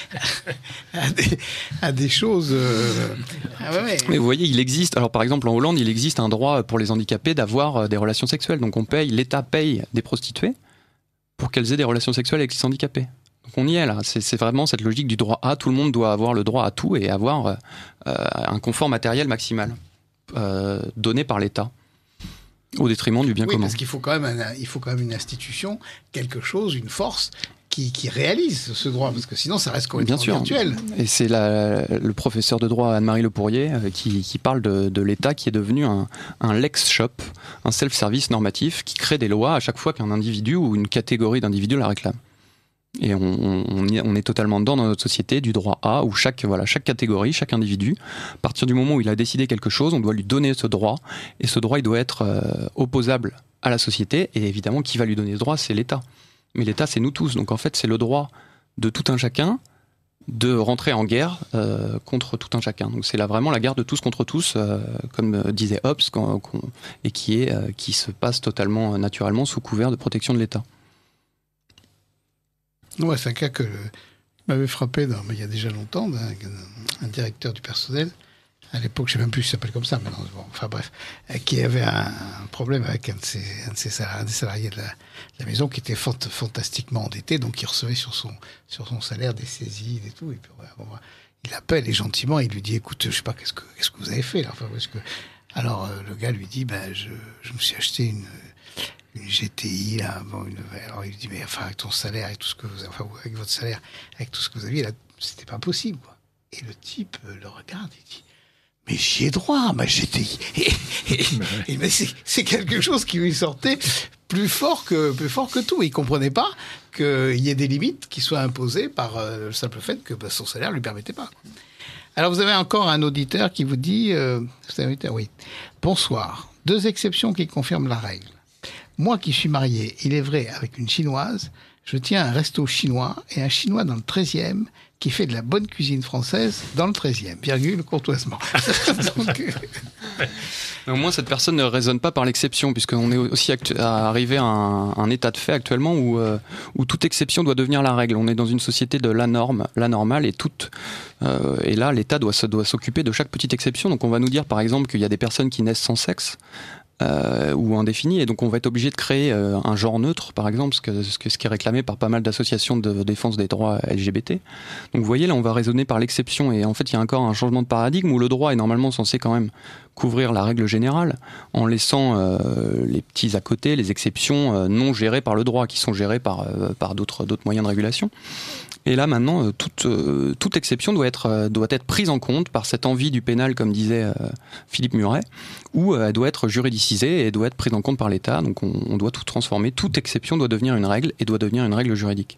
à, des, à des choses... Euh... Ah ouais, ouais. Mais vous voyez, il existe, alors par exemple en Hollande, il existe un droit pour les handicapés d'avoir des relations sexuelles. Donc on paye, l'État paye des prostituées pour qu'elles aient des relations sexuelles avec les handicapés. Donc on y est là, c'est, c'est vraiment cette logique du droit A, tout le monde doit avoir le droit à tout et avoir euh, un confort matériel maximal euh, donné par l'État au détriment du bien oui, commun. Parce qu'il faut quand même, un, il faut quand même une institution, quelque chose, une force qui, qui réalise ce droit, parce que sinon ça reste complètement virtuel. Et c'est la, le professeur de droit Anne-Marie Le Pourrier euh, qui, qui parle de, de l'État qui est devenu un, un lex shop, un self-service normatif qui crée des lois à chaque fois qu'un individu ou une catégorie d'individus la réclame. Et on, on, on est totalement dedans dans notre société du droit A, où chaque, voilà, chaque catégorie, chaque individu, à partir du moment où il a décidé quelque chose, on doit lui donner ce droit, et ce droit il doit être euh, opposable à la société, et évidemment qui va lui donner ce droit, c'est l'État. Mais l'État c'est nous tous, donc en fait c'est le droit de tout un chacun de rentrer en guerre euh, contre tout un chacun. Donc c'est là vraiment la guerre de tous contre tous, euh, comme disait Hobbes, qu'on, qu'on, et qui, est, euh, qui se passe totalement naturellement sous couvert de protection de l'État. Ouais, c'est un cas que m'avait frappé dans, mais il y a déjà longtemps, d'un, un directeur du personnel, à l'époque, je ne sais même plus si ça s'appelle comme ça, mais non, bon, enfin bref, qui avait un, un problème avec un de ses, un de ses salariés, un des salariés de la, de la maison qui était fant- fantastiquement endetté, donc il recevait sur son, sur son salaire des saisies et tout. Et puis, ouais, bon, il l'appelle et gentiment, il lui dit, écoute, je ne sais pas, qu'est-ce que, qu'est-ce que vous avez fait là, enfin, parce que... Alors euh, le gars lui dit, ben, je, je me suis acheté une... une G T I, là, bon, une, alors il lui dit, mais enfin, avec ton salaire, avec tout ce que vous, enfin, avec votre salaire, avec tout ce que vous aviez, là, c'était pas possible, quoi. Et le type euh, le regarde, il dit, mais j'y ai droit, ma G T I. Et, et, et, mais c'est, c'est quelque chose qui lui sortait plus fort que, plus fort que tout. Il comprenait pas qu'il y ait des limites qui soient imposées par euh, le simple fait que bah, son salaire lui permettait pas. Alors, vous avez encore un auditeur qui vous dit, euh, c'est un auditeur, oui. Bonsoir. Deux exceptions qui confirment la règle. Moi qui suis marié, il est vrai, avec une Chinoise, je tiens un resto chinois et un Chinois dans le treizième qui fait de la bonne cuisine française dans le treizième, virgule, courtoisement. Donc, Mais au moins, cette personne ne raisonne pas par l'exception, puisqu'on est aussi actu- arrivé à un, un état de fait actuellement où, euh, où toute exception doit devenir la règle. On est dans une société de la norme, la normale, et toute, euh, et là, l'État doit, doit s'occuper de chaque petite exception. Donc on va nous dire, par exemple, qu'il y a des personnes qui naissent sans sexe, Euh, ou indéfini, et donc on va être obligé de créer euh, un genre neutre, par exemple, ce, que, ce, que, ce qui est réclamé par pas mal d'associations de défense des droits L G B T. Donc vous voyez, là on va raisonner par l'exception, et en fait il y a encore un changement de paradigme où le droit est normalement censé quand même couvrir la règle générale, en laissant euh, les petits à côté, les exceptions euh, non gérées par le droit, qui sont gérées par, euh, par d'autres, d'autres moyens de régulation. Et là, maintenant, euh, toute, euh, toute exception doit être, euh, doit être prise en compte par cette envie du pénal, comme disait euh, Philippe Muret, où euh, elle doit être juridicisée et doit être prise en compte par l'État. Donc on, on doit tout transformer. Toute exception doit devenir une règle et doit devenir une règle juridique.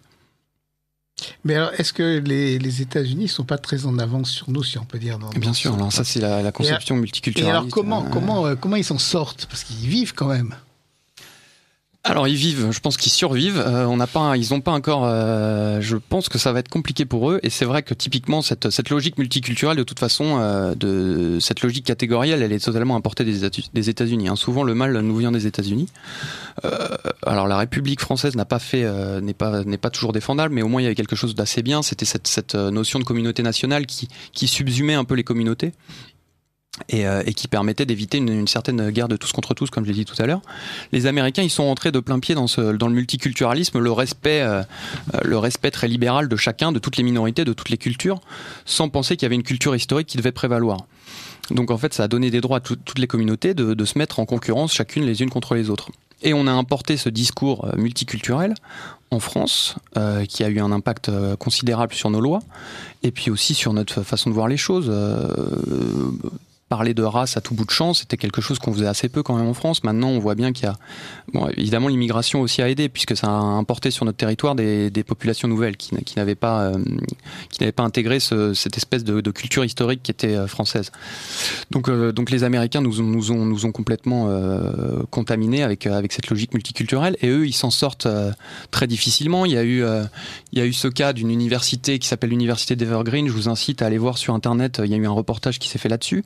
mais alors, est-ce que les, les États-Unis ne sont pas très en avance sur nous, si on peut dire dans, Bien dans sûr, ce... alors ça c'est la, la conception et multiculturaliste. alors, comment, euh... comment, euh, comment ils s'en sortent ? Parce qu'ils y vivent quand même. Alors ils vivent, je pense qu'ils survivent. Euh, on n'a pas, ils n'ont pas encore. Euh, je pense que ça va être compliqué pour eux. Et c'est vrai que typiquement cette cette logique multiculturelle, de toute façon, euh, de cette logique catégorielle, elle est totalement importée des, des États-Unis. Hein. Souvent, le mal nous vient des États-Unis. Euh, alors la République française n'a pas fait, euh, n'est pas n'est pas toujours défendable, mais au moins il y avait quelque chose d'assez bien. C'était cette cette notion de communauté nationale qui qui subsumait un peu les communautés. Et, euh, et qui permettait d'éviter une, une certaine guerre de tous contre tous, comme je l'ai dit tout à l'heure. Les Américains, ils sont rentrés de plein pied dans, ce, dans le multiculturalisme, le respect, euh, le respect très libéral de chacun, de toutes les minorités, de toutes les cultures, sans penser qu'il y avait une culture historique qui devait prévaloir. Donc en fait, ça a donné des droits à tout, toutes les communautés de, de se mettre en concurrence chacune les unes contre les autres. Et on a importé ce discours multiculturel en France, euh, qui a eu un impact euh, considérable sur nos lois, et puis aussi sur notre façon de voir les choses. Euh, Parler de race à tout bout de champ, c'était quelque chose qu'on faisait assez peu quand même en France. Maintenant, on voit bien qu'il y a... Bon, évidemment, l'immigration aussi a aidé, puisque ça a importé sur notre territoire des, des populations nouvelles qui, qui n'avaient pas, euh, qui n'avaient pas intégré ce, cette espèce de, de culture historique qui était euh, française. Donc, euh, donc les Américains nous ont, nous ont, nous ont complètement euh, contaminés avec, avec cette logique multiculturelle, et eux, ils s'en sortent euh, très difficilement. Il y a eu, euh, il y a eu ce cas d'une université qui s'appelle l'université d'Evergreen. Je vous incite à aller voir sur Internet. Il y a eu un reportage qui s'est fait là-dessus,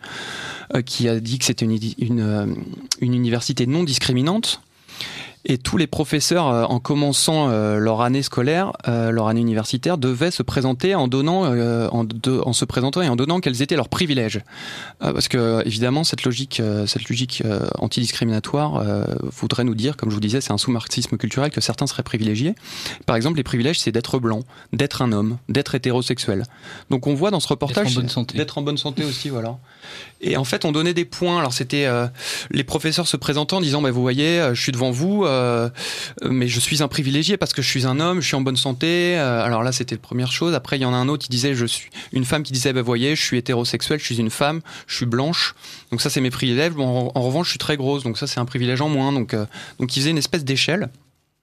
qui a dit que c'était une, une, une université non discriminante. Et tous les professeurs, en commençant leur année scolaire, leur année universitaire, devaient se présenter en donnant, en, de, en se présentant et en donnant quels étaient leurs privilèges. Parce que évidemment, cette logique, cette logique antidiscriminatoire voudrait nous dire, comme je vous disais, c'est un sous-marxisme culturel, que certains seraient privilégiés. Par exemple, les privilèges, c'est d'être blanc, d'être un homme, d'être hétérosexuel. Donc on voit dans ce reportage d'être en bonne santé, d'être en bonne santé aussi, voilà. Et en fait, on donnait des points. Alors c'était euh, les professeurs se présentant, en disant, bah, vous voyez, euh, je suis devant vous. Euh, mais je suis un privilégié parce que je suis un homme, je suis en bonne santé. Euh, alors là, c'était la première chose. Après, il y en a un autre qui disait, je suis une femme qui disait, bah, vous voyez, je suis hétérosexuel, je suis une femme, je suis blanche. Donc ça, c'est mes privilèges. Bon, en, en revanche, je suis très grosse. Donc ça, c'est un privilège en moins. Donc, euh, donc ils faisaient une espèce d'échelle.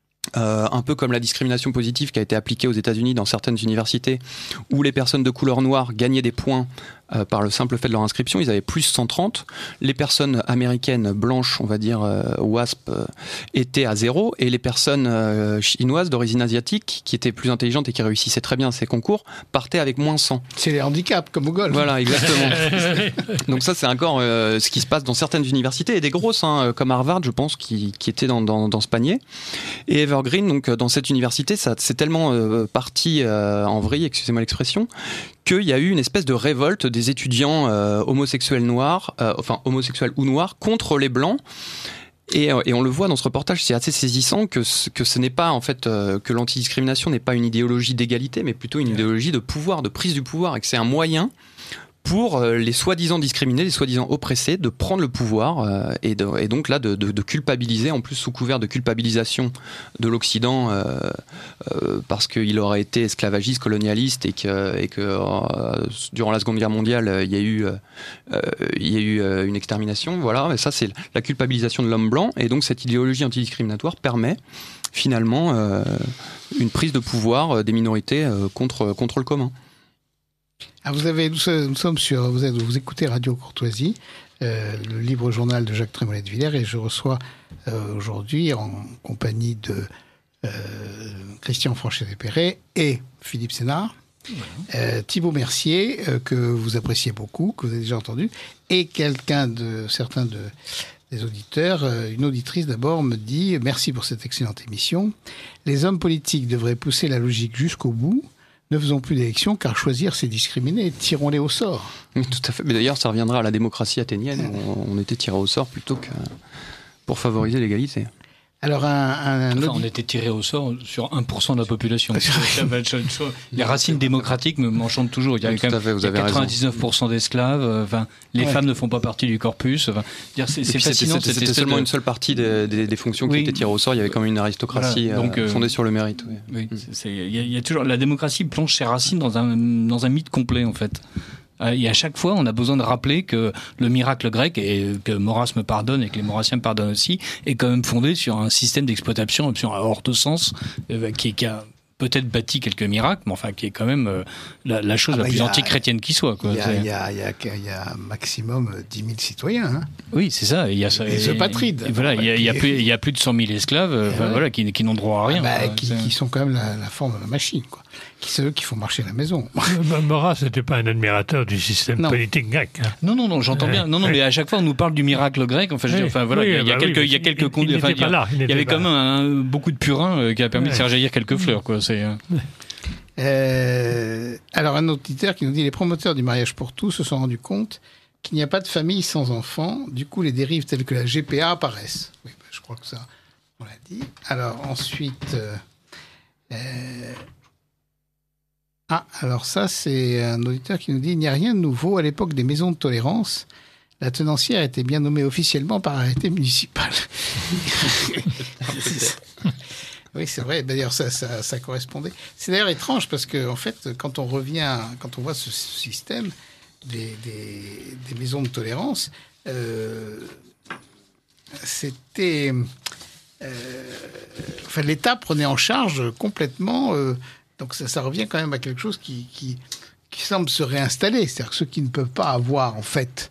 Euh, un peu comme la discrimination positive qui a été appliquée aux États-Unis dans certaines universités, où les personnes de couleur noire gagnaient des points euh, par le simple fait de leur inscription. Ils avaient plus cent trente. Les personnes américaines blanches, on va dire euh, W A S P, euh, étaient à zéro, et les personnes euh, chinoises d'origine asiatique, qui étaient plus intelligentes et qui réussissaient très bien ces concours, partaient avec moins cent. C'est les handicaps, comme au golf. Voilà, exactement. Donc ça, c'est encore euh, ce qui se passe dans certaines universités, et des grosses, hein, comme Harvard, je pense, qui, qui étaient dans, dans, dans ce panier. Et Evergreen, donc dans cette université, ça c'est tellement euh, parti euh, en vrille, excusez-moi l'expression, qu'il y a eu une espèce de révolte des étudiants euh, homosexuels noirs, euh, enfin homosexuels ou noirs, contre les blancs. Et, et on le voit dans ce reportage, c'est assez saisissant que ce, que ce n'est pas en fait euh, que l'antidiscrimination n'est pas une idéologie d'égalité, mais plutôt une idéologie de pouvoir, de prise du pouvoir, et que c'est un moyen pour les soi-disant discriminés, les soi-disant oppressés, de prendre le pouvoir euh, et, de, et donc là de, de, de culpabiliser, en plus sous couvert de culpabilisation de l'Occident euh, euh, parce qu'il aurait été esclavagiste, colonialiste, et que, et que euh, durant la Seconde Guerre mondiale il y a eu, euh, il y a eu euh, une extermination. Voilà, et ça c'est la culpabilisation de l'homme blanc, et donc cette idéologie antidiscriminatoire permet finalement euh, une prise de pouvoir des minorités euh, contre, contre le commun. Ah, vous avez, nous, nous sommes sur, vous, êtes, vous écoutez Radio Courtoisie, euh, le libre journal de Jacques Trémollet de Villers, et je reçois euh, aujourd'hui en compagnie de euh, Christian Franchet-Perret et Philippe Sénard, euh, Thibaut Mercier, euh, que vous appréciez beaucoup, que vous avez déjà entendu, et quelqu'un de certains de des auditeurs, euh, une auditrice d'abord me dit « Merci pour cette excellente émission. Les hommes politiques devraient pousser la logique jusqu'au bout. Ne faisons plus d'élections, car choisir, c'est discriminer. Tirons-les au sort. » Tout à fait. Mais d'ailleurs, ça reviendra à la démocratie athénienne. On, on était tiré au sort plutôt que pour favoriser l'égalité. Alors, un, un, un enfin, on était tiré au sort sur un pour cent de la population. Les racines démocratiques m'enchantent toujours. Il y a quand même fait, il y a quatre-vingt-dix-neuf pour cent d'esclaves. Enfin, les ouais. femmes ne font pas partie du corpus. Enfin, c'est c'est fascinant. C'était, c'était seulement de... une seule partie des, des, des fonctions qui oui. étaient tirées au sort. Il y avait quand même une aristocratie voilà. Donc, euh, fondée sur le mérite. Oui. Oui, mmh. c'est, il, y a, il y a toujours la démocratie plonge ses racines dans un dans un mythe complet en fait. Et à chaque fois, on a besoin de rappeler que le miracle grec, et que Maurras me pardonne et que les Maurassiens me pardonnent aussi, est quand même fondé sur un système d'exploitation absolument hors de sens, qui, qui a peut-être bâti quelques miracles, mais enfin qui est quand même euh, la, la chose ah bah la plus a, anti-chrétienne qui soit. Quoi. Il y a, il y a, il y a, il y a un maximum dix mille citoyens. Hein. Oui, c'est ça. Il y a ça. Les eupatrides. Et, et voilà, il y a, il y a plus, il y a plus de cent mille esclaves, euh, ouais. voilà, qui, qui n'ont droit à rien. Ah bah, hein, qui, qui sont quand même la, la forme de la machine, quoi. Qui c'est eux qui font marcher la maison. Maurras n'était pas un admirateur du système non. politique grec. Hein. Non, non, non, j'entends ouais. bien. Non, non, ouais. mais à chaque fois on nous parle du miracle grec. Enfin, je oui. dis, enfin voilà, oui, il y a, bah il y a quelques, oui, il y a quelques, il, il, enfin, il, enfin, il y, il y avait quand même un, beaucoup de purins euh, qui a permis ouais. de faire jaillir quelques fleurs, quoi. C'est. Euh, alors un auditeur qui nous dit les promoteurs du mariage pour tous se sont rendus compte qu'il n'y a pas de famille sans enfants. Du coup, les dérives telles que la G P A apparaissent. Oui, bah, je crois que ça, on l'a dit. Alors ensuite. Euh, euh, Ah, alors ça, c'est un auditeur qui nous dit « Il n'y a rien de nouveau. À l'époque des maisons de tolérance, la tenancière était bien nommée officiellement par arrêté municipal. » Oui, c'est vrai. D'ailleurs, ça, ça, ça correspondait. C'est d'ailleurs étrange parce que, en fait, quand on revient, quand on voit ce système des, des, des maisons de tolérance, euh, c'était... Euh, enfin, l'État prenait en charge complètement... Euh, Donc ça, ça revient quand même à quelque chose qui, qui, qui semble se réinstaller. C'est-à-dire que ceux qui ne peuvent pas avoir, en fait,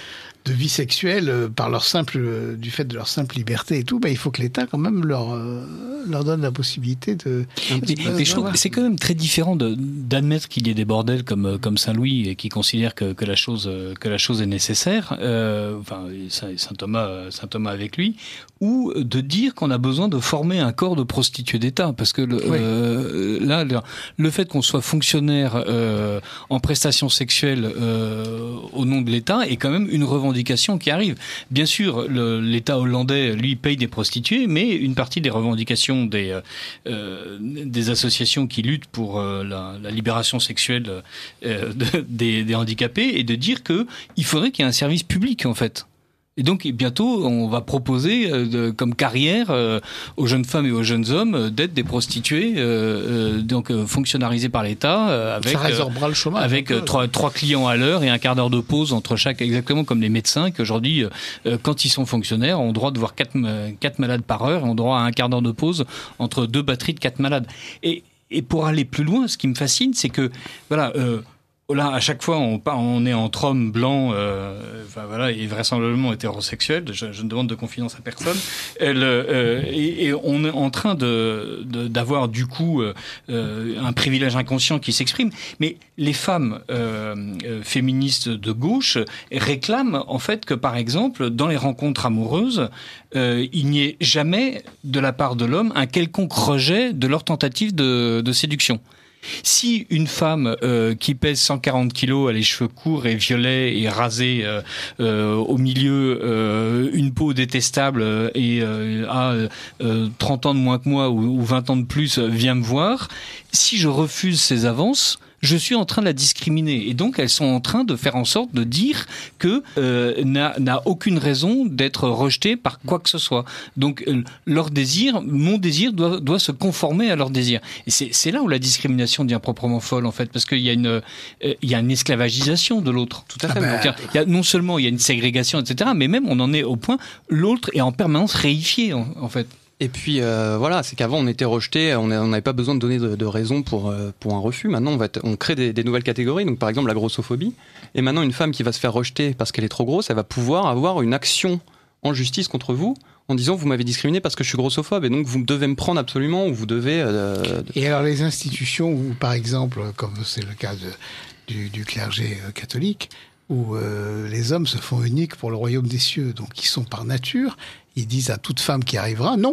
de vie sexuelle euh, par leur simple, euh, du fait de leur simple liberté et tout, bah, il faut que l'État quand même leur, euh, leur donne la possibilité de... Mais, de, mais je trouve que c'est quand même très différent de, d'admettre qu'il y ait des bordels comme, comme Saint-Louis et qui considèrent que, que, la chose, que la chose est nécessaire, euh, enfin Saint Thomas, Saint Thomas avec lui, ou de dire qu'on a besoin de former un corps de prostituées d'État. Parce que le, oui. euh, là, le, le fait qu'on soit fonctionnaire euh, en prestations sexuelles euh, au nom de l'État est quand même une revendication qui arrive. Bien sûr, le, l'État hollandais, lui, paye des prostituées, mais une partie des revendications des, euh, des associations qui luttent pour euh, la, la libération sexuelle euh, de, des, des handicapés est de dire qu'il faudrait qu'il y ait un service public, en fait. Et donc, bientôt, on va proposer euh, de, comme carrière euh, aux jeunes femmes et aux jeunes hommes euh, d'être des prostituées, euh, euh, donc euh, fonctionnalisées par l'État, euh, avec, ça résorbera le chômage, avec euh, trois, trois clients à l'heure et un quart d'heure de pause entre chaque, exactement comme les médecins, qu'aujourd'hui, euh, quand ils sont fonctionnaires, ont droit de voir quatre, quatre malades par heure et ont droit à un quart d'heure de pause entre deux batteries de quatre malades. Et, et pour aller plus loin, ce qui me fascine, c'est que, voilà... Euh, Là, à chaque fois, on, on est entre hommes blancs, euh, enfin, voilà, et vraisemblablement hétérosexuels. Je, je ne demande de confidence à personne. Elle, euh, et, et on est en train de, de, d'avoir du coup euh, un privilège inconscient qui s'exprime. Mais les femmes euh, euh, féministes de gauche réclament en fait que, par exemple, dans les rencontres amoureuses, euh, il n'y ait jamais de la part de l'homme un quelconque rejet de leur tentative de, de séduction. Si une femme euh, qui pèse cent quarante kilos, a les cheveux courts et violets et rasés euh, euh, au milieu, euh, une peau détestable euh, et euh, a euh, trente ans de moins que moi ou, ou vingt ans de plus, euh, vient me voir, si je refuse ses avances, je suis en train de la discriminer. Et donc, elles sont en train de faire en sorte de dire que euh, n'a, n'a aucune raison d'être rejetée par quoi que ce soit. Donc, euh, leur désir, mon désir doit, doit se conformer à leur désir. Et c'est, c'est là où la discrimination devient proprement folle, en fait, parce qu'il y a une, euh, il y a une esclavagisation de l'autre. Tout à fait. Ah ben... Donc, il y a, non seulement il y a une ségrégation, et cetera, mais même on en est au point, l'autre est en permanence réifié, en, en fait. Et puis euh, voilà, c'est qu'avant on était rejeté, on n'avait pas besoin de donner de, de raison pour euh, pour un refus. Maintenant on va t- on crée des, des nouvelles catégories. Donc par exemple la grossophobie. Et maintenant une femme qui va se faire rejeter parce qu'elle est trop grosse, elle va pouvoir avoir une action en justice contre vous en disant vous m'avez discriminé parce que je suis grossophobe et donc vous devez me prendre absolument ou vous devez. Euh, et alors les institutions où par exemple comme c'est le cas de, du, du clergé catholique où euh, les hommes se font uniques pour le royaume des cieux, donc ils sont par nature, ils disent à toute femme qui arrivera non.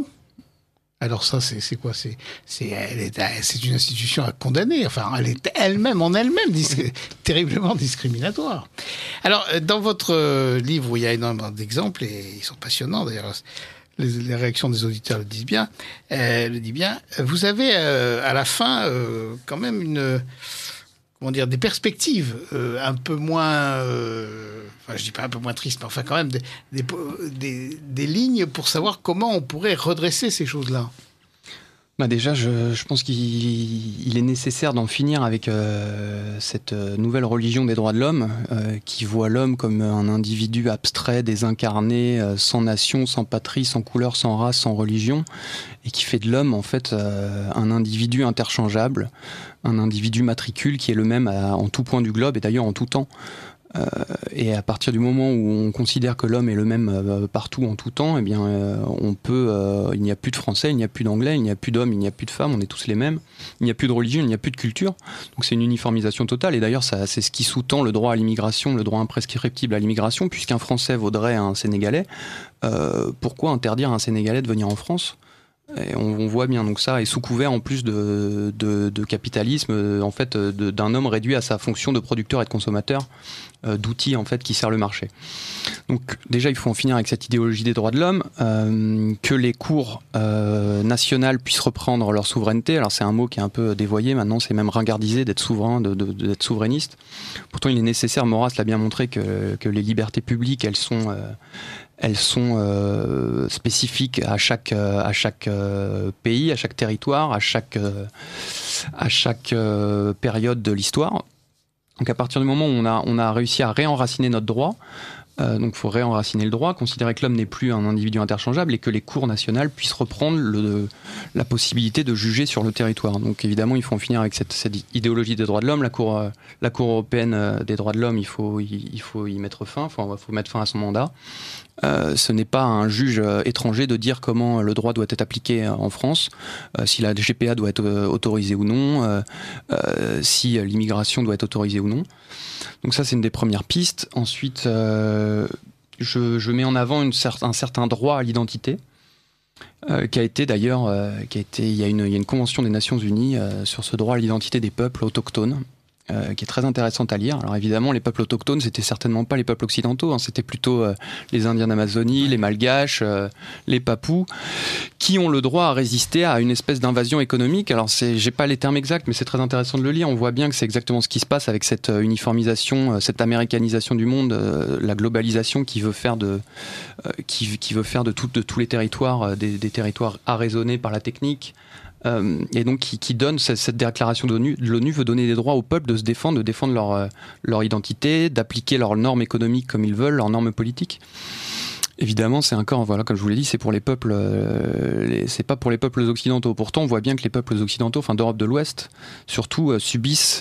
Alors ça, c'est, c'est quoi c'est, c'est, elle est, c'est une institution à condamner. Enfin, elle est elle-même, en elle-même, dis- terriblement discriminatoire. Alors, dans votre livre, où il y a énormément d'exemples, et ils sont passionnants d'ailleurs, les, les réactions des auditeurs le disent bien, euh, le dit bien, vous avez euh, à la fin euh, quand même une... comment dire, des perspectives euh, un peu moins, euh, enfin je dis pas un peu moins tristes, mais enfin quand même des, des, des, des lignes pour savoir comment on pourrait redresser ces choses-là. Bah déjà, je, je pense qu'il il est nécessaire d'en finir avec euh, cette nouvelle religion des droits de l'homme euh, qui voit l'homme comme un individu abstrait, désincarné, euh, sans nation, sans patrie, sans couleur, sans race, sans religion, et qui fait de l'homme en fait euh, un individu interchangeable, un individu matricule qui est le même à, en tout point du globe et d'ailleurs en tout temps. Euh, et à partir du moment où on considère que l'homme est le même euh, partout en tout temps, eh bien, euh, on peut, euh, il n'y a plus de français, il n'y a plus d'anglais, il n'y a plus d'hommes, il n'y a plus de femmes, on est tous les mêmes. Il n'y a plus de religion, il n'y a plus de culture. Donc c'est une uniformisation totale. Et d'ailleurs, ça, c'est ce qui sous-tend le droit à l'immigration, le droit imprescriptible à l'immigration, puisqu'un Français vaudrait un Sénégalais. Euh, pourquoi interdire à un Sénégalais de venir en France ? Et on, on voit bien donc ça, et sous couvert en plus de, de, de capitalisme, euh, en fait, de, d'un homme réduit à sa fonction de producteur et de consommateur, euh, d'outil en fait qui sert le marché. Donc déjà, il faut en finir avec cette idéologie des droits de l'homme, euh, que les cours euh, nationales puissent reprendre leur souveraineté. Alors c'est un mot qui est un peu dévoyé maintenant, c'est même ringardisé d'être souverain, de, de, d'être souverainiste. Pourtant, il est nécessaire, Maurras l'a bien montré, que, que les libertés publiques, elles sont euh, Elles sont euh, spécifiques à chaque euh, à chaque euh, pays, à chaque territoire, à chaque euh, à chaque euh, période de l'histoire. Donc à partir du moment où on a on a réussi à réenraciner notre droit, euh, donc il faut réenraciner le droit, considérer que l'homme n'est plus un individu interchangeable et que les cours nationales puissent reprendre le, la possibilité de juger sur le territoire. Donc évidemment, il faut en finir avec cette, cette idéologie des droits de l'homme. La Cour euh, la Cour européenne des droits de l'homme, il faut il, il faut y mettre fin. Il faut, faut mettre fin à son mandat. Euh, ce n'est pas à un juge euh, étranger de dire comment le droit doit être appliqué euh, en France, euh, si la G P A doit être euh, autorisée ou non, euh, euh, si l'immigration doit être autorisée ou non. Donc ça, c'est une des premières pistes. Ensuite, euh, je, je mets en avant une cer- un certain droit à l'identité, euh, qui a été d'ailleurs, euh, qui a été, il y a une, il y a une convention des Nations Unies euh, sur ce droit à l'identité des peuples autochtones. Euh, qui est très intéressante à lire. Alors évidemment, les peuples autochtones, c'était certainement pas les peuples occidentaux, hein, c'était plutôt euh, les Indiens d'Amazonie, les Malgaches, euh, les Papous, qui ont le droit à résister à une espèce d'invasion économique. Alors c'est, j'ai pas les termes exacts, mais c'est très intéressant de le lire. On voit bien que c'est exactement ce qui se passe avec cette euh, uniformisation, euh, cette américanisation du monde, euh, la globalisation qui veut faire de, euh, qui, qui veut faire de, tout, de tous les territoires euh, des, des territoires arraisonnés par la technique. Euh, et donc qui, qui donne cette, cette déclaration de l'ONU, l'ONU veut donner des droits au peuple de se défendre, de défendre leur, euh, leur identité, d'appliquer leurs normes économiques comme ils veulent, leurs normes politiques. Évidemment, c'est encore, voilà, comme je vous l'ai dit, c'est pour les peuples, euh, les, c'est pas pour les peuples occidentaux. Pourtant, on voit bien que les peuples occidentaux, enfin d'Europe de l'Ouest, surtout euh, subissent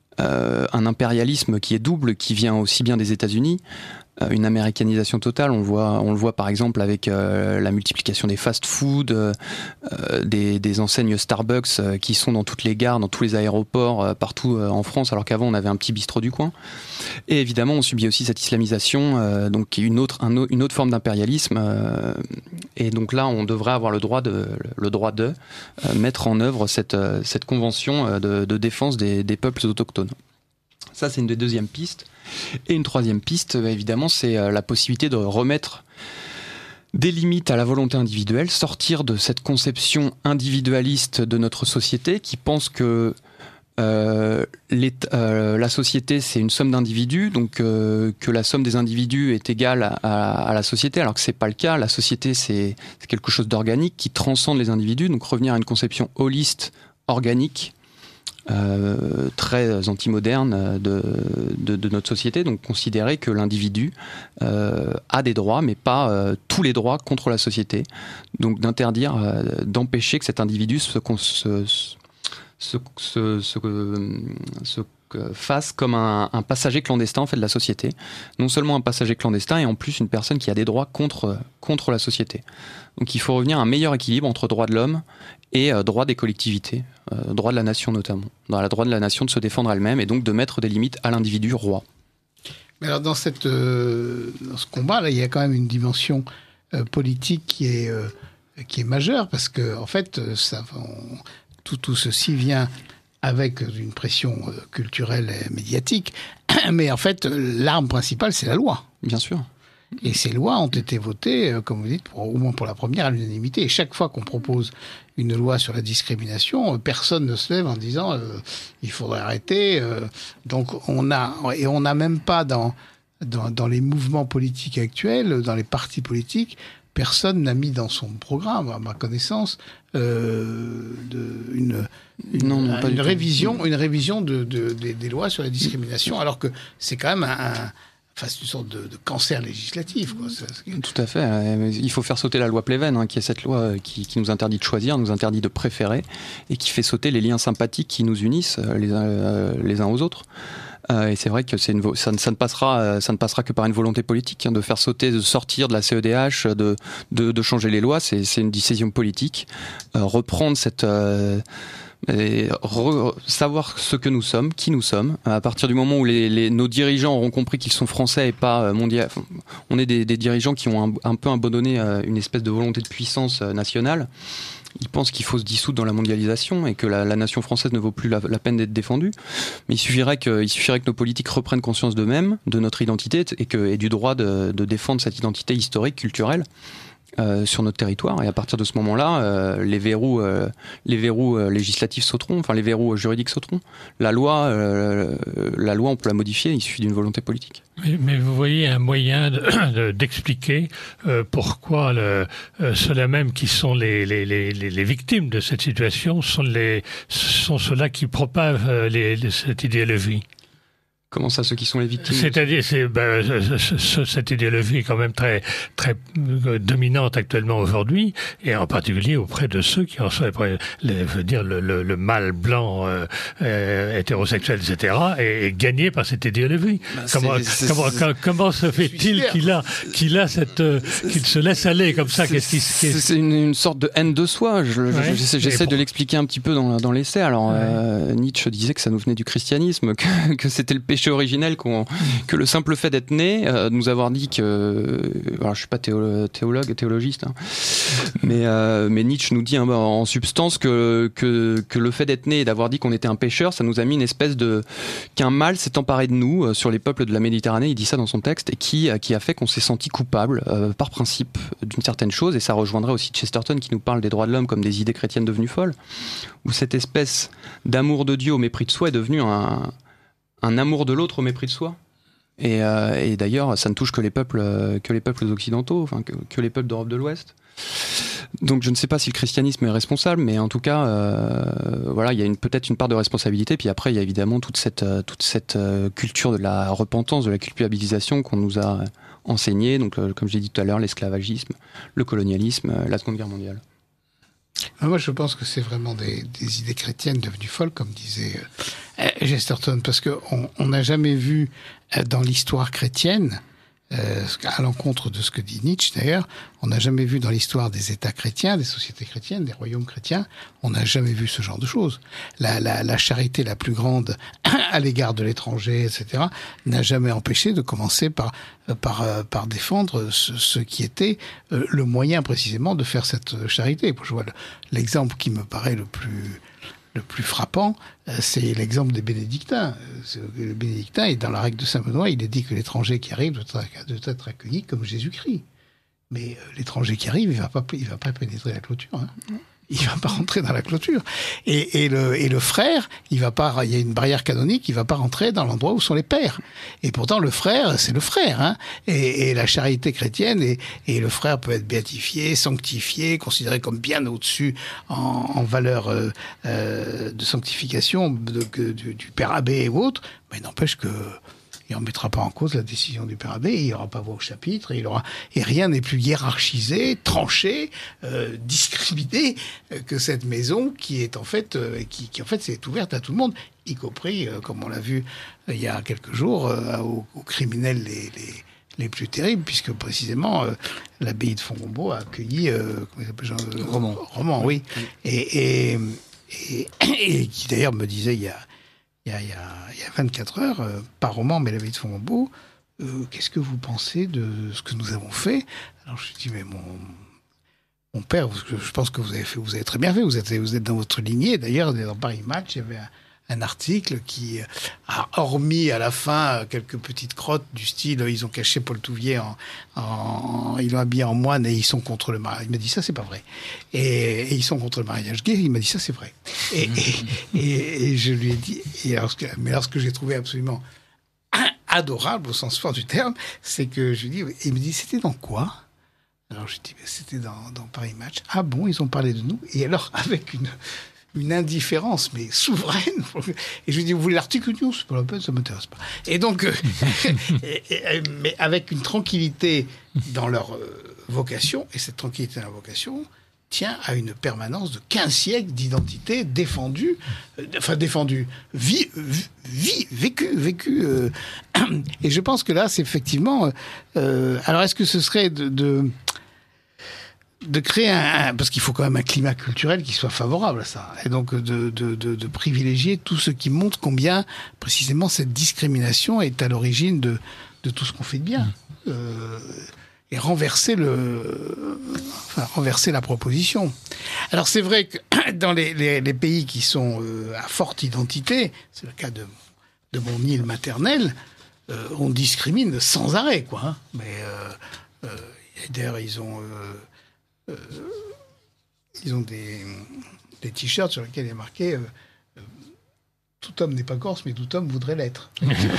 euh, un impérialisme qui est double, qui vient aussi bien des États-Unis. Une américanisation totale, on le voit, on le voit par exemple avec euh, la multiplication des fast-food, euh, des, des enseignes Starbucks euh, qui sont dans toutes les gares, dans tous les aéroports, euh, partout euh, en France, alors qu'avant on avait un petit bistrot du coin. Et évidemment, on subit aussi cette islamisation, euh, donc une autre, un, une autre forme d'impérialisme. Euh, et donc là, on devrait avoir le droit de, le droit de euh, mettre en œuvre cette, cette convention de, de défense des, des peuples autochtones. Ça, c'est une des deuxièmes pistes. Et une troisième piste, évidemment, c'est la possibilité de remettre des limites à la volonté individuelle, sortir de cette conception individualiste de notre société qui pense que euh, euh, la société, c'est une somme d'individus, donc euh, que la somme des individus est égale à, à, à la société, alors que c'est pas le cas. La société, c'est, c'est quelque chose d'organique qui transcende les individus, donc revenir à une conception holiste, organique, Euh, très anti-moderne de, de, de notre société, donc considérer que l'individu euh, a des droits, mais pas euh, tous les droits contre la société. Donc d'interdire, euh, d'empêcher que cet individu se, se, se, se, se, se fasse comme un, un passager clandestin en fait, de la société. Non seulement un passager clandestin, et en plus une personne qui a des droits contre, contre la société. Donc il faut revenir à un meilleur équilibre entre droits de l'homme et euh, droits des collectivités, euh, droits de la nation notamment. Dans le droit de la nation de se défendre elle-même et donc de mettre des limites à l'individu roi. Mais alors dans, cette, euh, dans ce combat-là, il y a quand même une dimension euh, politique qui est, euh, qui est majeure, parce que en fait, ça, on, tout, tout ceci vient avec une pression euh, culturelle et médiatique, mais en fait, l'arme principale, c'est la loi. Bien sûr. Et ces lois ont été votées, euh, comme vous dites, pour, au moins pour la première, à l'unanimité. Et chaque fois qu'on propose une loi sur la discrimination, euh, personne ne se lève en disant euh, il faudrait arrêter. Euh, donc on a, et on n'a même pas dans, dans dans les mouvements politiques actuels, dans les partis politiques, personne n'a mis dans son programme, à ma connaissance, euh, de, une, une, non, non, pas une, du révision, une révision de, de, de, des lois sur la discrimination, alors que c'est quand même un... un Enfin, c'est une sorte de, de cancer législatif, quoi. Tout à fait. Il faut faire sauter la loi Pleven, hein, qui est cette loi qui, qui nous interdit de choisir, nous interdit de préférer, et qui fait sauter les liens sympathiques qui nous unissent les uns, euh, les uns aux autres. Euh, et c'est vrai que c'est une, ça, ça, ne passera, ça ne passera que par une volonté politique, hein, de faire sauter, de sortir de la C E D H, de, de, de changer les lois. C'est, c'est une décision politique. Euh, reprendre cette... Euh, Et re, savoir ce que nous sommes, qui nous sommes. À partir du moment où les, les, nos dirigeants auront compris qu'ils sont français et pas mondial, on est des, des dirigeants qui ont un, un peu abandonné une espèce de volonté de puissance nationale. Ils pensent qu'il faut se dissoudre dans la mondialisation et que la, la nation française ne vaut plus la, la peine d'être défendue. Mais il suffirait que, il suffirait que nos politiques reprennent conscience d'eux-mêmes, de notre identité et, que, et du droit de, de défendre cette identité historique, culturelle. Euh, sur notre territoire, et à partir de ce moment-là, euh, les verrous, euh, les verrous euh, législatifs sauteront, enfin les verrous euh, juridiques sauteront. La loi, euh, la loi, on peut la modifier, il suffit d'une volonté politique. Mais, mais vous voyez un moyen de, de, d'expliquer euh, pourquoi le, euh, ceux-là même qui sont les, les, les, les victimes de cette situation sont, les, sont ceux-là qui propagent euh, les, les, cette idéologie. Comment ça, ceux qui sont les victimes ? C'est-à-dire, c'est, ben, ce, ce, cette idéologie est quand même très, très dominante actuellement aujourd'hui, et en particulier auprès de ceux qui en sont, je veux dire, le, le, le mâle blanc euh, euh, hétérosexuel, et cetera, est, est gagné par cette idéologie. Ben, comment, c'est, comment, c'est, comment se fait-il qu'il a, qu'il a cette, euh, qu'il se laisse aller comme ça ? Qu'est-ce qui, qu'est-ce... C'est une, une sorte de haine de soi. Je, ouais, j'essaie, j'essaie pour... de l'expliquer un petit peu dans, dans l'essai. Alors, ouais. euh, Nietzsche disait que ça nous venait du christianisme, que, que c'était le péché originel, qu'on, que le simple fait d'être né, euh, nous avoir dit que, alors je suis pas théolo, théologue, théologiste, hein, mais euh, mais Nietzsche nous dit hein, en substance que que que le fait d'être né et d'avoir dit qu'on était un pécheur, ça nous a mis une espèce de qu'un mal s'est emparé de nous euh, sur les peuples de la Méditerranée. Il dit ça dans son texte, et qui qui a fait qu'on s'est senti coupable euh, par principe d'une certaine chose. Et ça rejoindrait aussi Chesterton qui nous parle des droits de l'homme comme des idées chrétiennes devenues folles, où cette espèce d'amour de Dieu au mépris de soi est devenu un un amour de l'autre au mépris de soi. Et, euh, et d'ailleurs, ça ne touche que les peuples, euh, que les peuples occidentaux, enfin que, que les peuples d'Europe de l'Ouest. Donc je ne sais pas si le christianisme est responsable, mais en tout cas, euh, voilà, il y a une, peut-être une part de responsabilité. Puis après, il y a évidemment toute cette, euh, toute cette euh, culture de la repentance, de la culpabilisation qu'on nous a enseignée. Donc, euh, comme j'ai dit tout à l'heure, l'esclavagisme, le colonialisme, euh, la Seconde Guerre mondiale. Moi, je pense que c'est vraiment des, des idées chrétiennes devenues folles, comme disait euh, Chesterton, parce qu'on n'a jamais vu euh, dans l'histoire chrétienne, euh, à l'encontre de ce que dit Nietzsche d'ailleurs, on n'a jamais vu dans l'histoire des États chrétiens, des sociétés chrétiennes, des royaumes chrétiens, on n'a jamais vu ce genre de choses. La, la, la charité la plus grande à l'égard de l'étranger, et cetera, n'a jamais empêché de commencer par par par défendre ce, ce qui était le moyen précisément de faire cette charité. Je vois l'exemple qui me paraît le plus le plus frappant, c'est l'exemple des bénédictins. Le bénédictin, et dans la règle de Saint-Benoît, il est dit que l'étranger qui arrive doit être accueilli comme Jésus-Christ. Mais l'étranger qui arrive, il va pas, il va pas pénétrer la clôture. Hein. Il va pas rentrer dans la clôture. Et, et, le, et le frère, il va pas, il y a une barrière canonique, il va pas rentrer dans l'endroit où sont les pères. Et pourtant, le frère, c'est le frère. Hein. Et, et la charité chrétienne, et, et le frère peut être béatifié, sanctifié, considéré comme bien au-dessus en, en valeur euh, euh, de sanctification de, de, du, du père abbé ou autre. Mais n'empêche que il ne remettra pas en cause la décision du père abbé, il n'aura pas voix au chapitre, et, il aura... et rien n'est plus hiérarchisé, tranché, euh, discriminé euh, que cette maison qui est en fait, euh, qui, qui en fait c'est ouverte à tout le monde, y compris, euh, comme on l'a vu euh, il y a quelques jours, euh, aux, aux criminels les, les, les plus terribles, puisque précisément euh, l'abbaye de Fontgombault a accueilli euh, comment il s'appelle, Jean, euh, Roman. Roman, oui, oui. Et, et, et, et qui d'ailleurs me disait il y a Il y, a, il, y a, il y a vingt-quatre heures, euh, pas Roman, mais l'abbaye de Fontgombault, euh, qu'est-ce que vous pensez de ce que nous avons fait ? Alors je lui dis, mais mon, mon père, je pense que vous avez, fait, vous avez très bien fait, vous êtes, vous êtes dans votre lignée. D'ailleurs, dans Paris Match, il y avait un, un article qui a hormis à la fin quelques petites crottes du style ils ont caché Paul Touvier en, en ils l'ont habillé en moine et ils sont contre le mariage. Il m'a dit ça c'est pas vrai. Et, et ils sont contre le mariage gay. Il m'a dit ça c'est vrai. Et, et, et, et je lui ai dit et alors, mais alors ce que j'ai trouvé absolument adorable au sens fort du terme, c'est que je lui dis il me dit c'était dans quoi? Alors je dis, c'était dans, dans Paris Match. Ah bon, ils ont parlé de nous. Et alors, avec une, une indifférence, mais souveraine. Et je lui dis, vous voulez l'article news? C'est pas la peine, ça m'intéresse pas. Et donc, euh, et, et, mais avec une tranquillité dans leur euh, vocation, et cette tranquillité dans leur vocation tient à une permanence de quinze siècles d'identité défendue, euh, enfin défendue, vie, vie, vécue, vécue. Euh, et je pense que là, c'est effectivement... Euh, alors, est-ce que ce serait de... de de créer un, parce qu'il faut quand même un climat culturel qui soit favorable à ça, et donc de, de, de, de privilégier tout ce qui montre combien précisément cette discrimination est à l'origine de, de tout ce qu'on fait de bien, euh, et renverser le, enfin renverser la proposition. Alors c'est vrai que dans les, les, les pays qui sont euh, à forte identité, c'est le cas de, de mon île maternelle, euh, on discrimine sans arrêt, quoi. Hein, mais euh, euh, d'ailleurs ils ont euh, Euh, ils ont des, des t-shirts sur lesquels il est marqué euh, euh, tout homme n'est pas corse, mais tout homme voudrait l'être.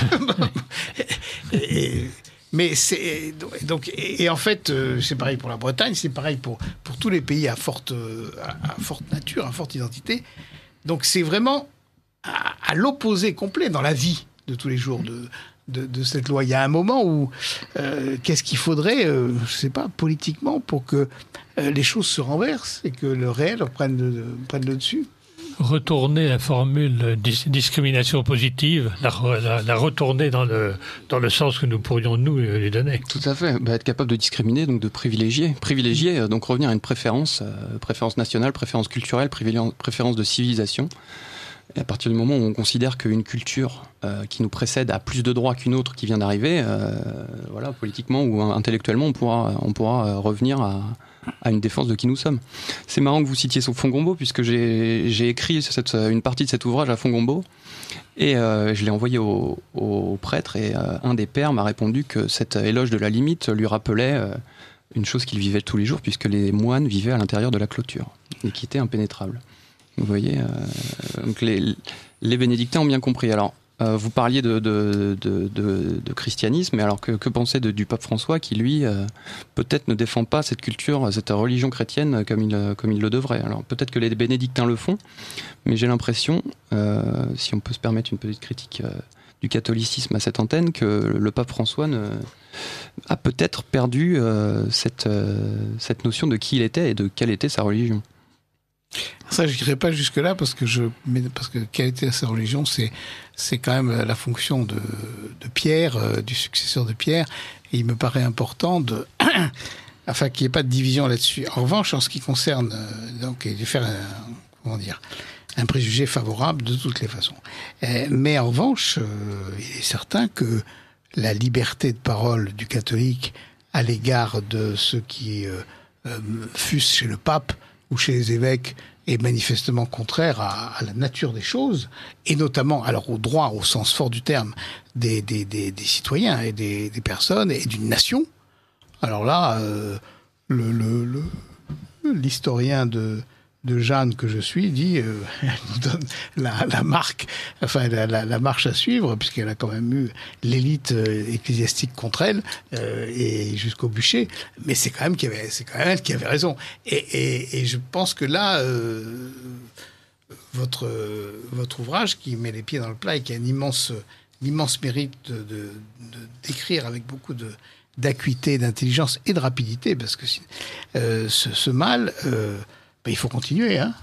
et, et, mais c'est donc et, et en fait euh, c'est pareil pour la Bretagne, c'est pareil pour pour tous les pays à forte à, à forte nature, à forte identité. Donc c'est vraiment à, à l'opposé complet dans la vie de tous les jours de De, de cette loi. Il y a un moment où euh, qu'est-ce qu'il faudrait, euh, je sais pas, politiquement, pour que euh, les choses se renversent et que le réel prenne le, prenne le dessus. Retourner la formule dis- discrimination positive, la, la, la retourner dans le, dans le sens que nous pourrions nous lui donner. Tout à fait. Bah, être capable de discriminer, donc de privilégier. Privilégier, euh, donc revenir à une préférence, euh, préférence nationale, préférence culturelle, préférence de civilisation. Et à partir du moment où on considère qu'une culture euh, qui nous précède a plus de droits qu'une autre qui vient d'arriver, euh, voilà, politiquement ou intellectuellement, on pourra, on pourra revenir à, à une défense de qui nous sommes. C'est marrant que vous citiez Fongombo, puisque j'ai, j'ai écrit cette, une partie de cet ouvrage à Fongombo, et euh, je l'ai envoyé au, au prêtre, et euh, un des pères m'a répondu que cet éloge de la limite lui rappelait euh, une chose qu'il vivait tous les jours, puisque les moines vivaient à l'intérieur de la clôture, et qui était impénétrable. Vous voyez, euh, donc les, les bénédictins ont bien compris. Alors, euh, vous parliez de, de, de, de, de christianisme, mais alors que, que penser de, du pape François qui, lui, euh, peut-être ne défend pas cette culture, cette religion chrétienne comme il, comme il le devrait. Alors, peut-être que les bénédictins le font, mais j'ai l'impression, euh, si on peut se permettre une petite critique euh, du catholicisme à cette antenne, que le pape François ne, a peut-être perdu euh, cette, euh, cette notion de qui il était et de quelle était sa religion. Ça, je n'irai pas jusque-là parce que je, mais parce que quelle était sa religion, c'est, c'est quand même la fonction de, de Pierre, euh, du successeur de Pierre, et il me paraît important de, enfin, qu'il n'y ait pas de division là-dessus. En revanche, en ce qui concerne, euh, donc, de faire un, comment dire, un préjugé favorable de toutes les façons. Euh, mais en revanche, euh, il est certain que la liberté de parole du catholique à l'égard de ceux qui euh, euh, fussent chez le pape ou chez les évêques est manifestement contraire à, à la nature des choses, et notamment alors au droit au sens fort du terme des, des, des, des citoyens et des, des personnes et d'une nation. Alors là, euh, le, le, le, l'historien de, de Jeanne que je suis dit, euh, elle nous donne la, la marque, enfin la, la, la marche à suivre, puisqu'elle a quand même eu l'élite euh, ecclésiastique contre elle euh, et jusqu'au bûcher. Mais c'est quand même qui avait, c'est quand même elle qui avait raison. Et, et, et je pense que là, euh, votre euh, votre ouvrage qui met les pieds dans le plat et qui a un immense l'immense mérite de, de, de d'écrire avec beaucoup de d'acuité, d'intelligence et de rapidité, parce que euh, ce, ce mal. Euh, Ben, il faut continuer, hein.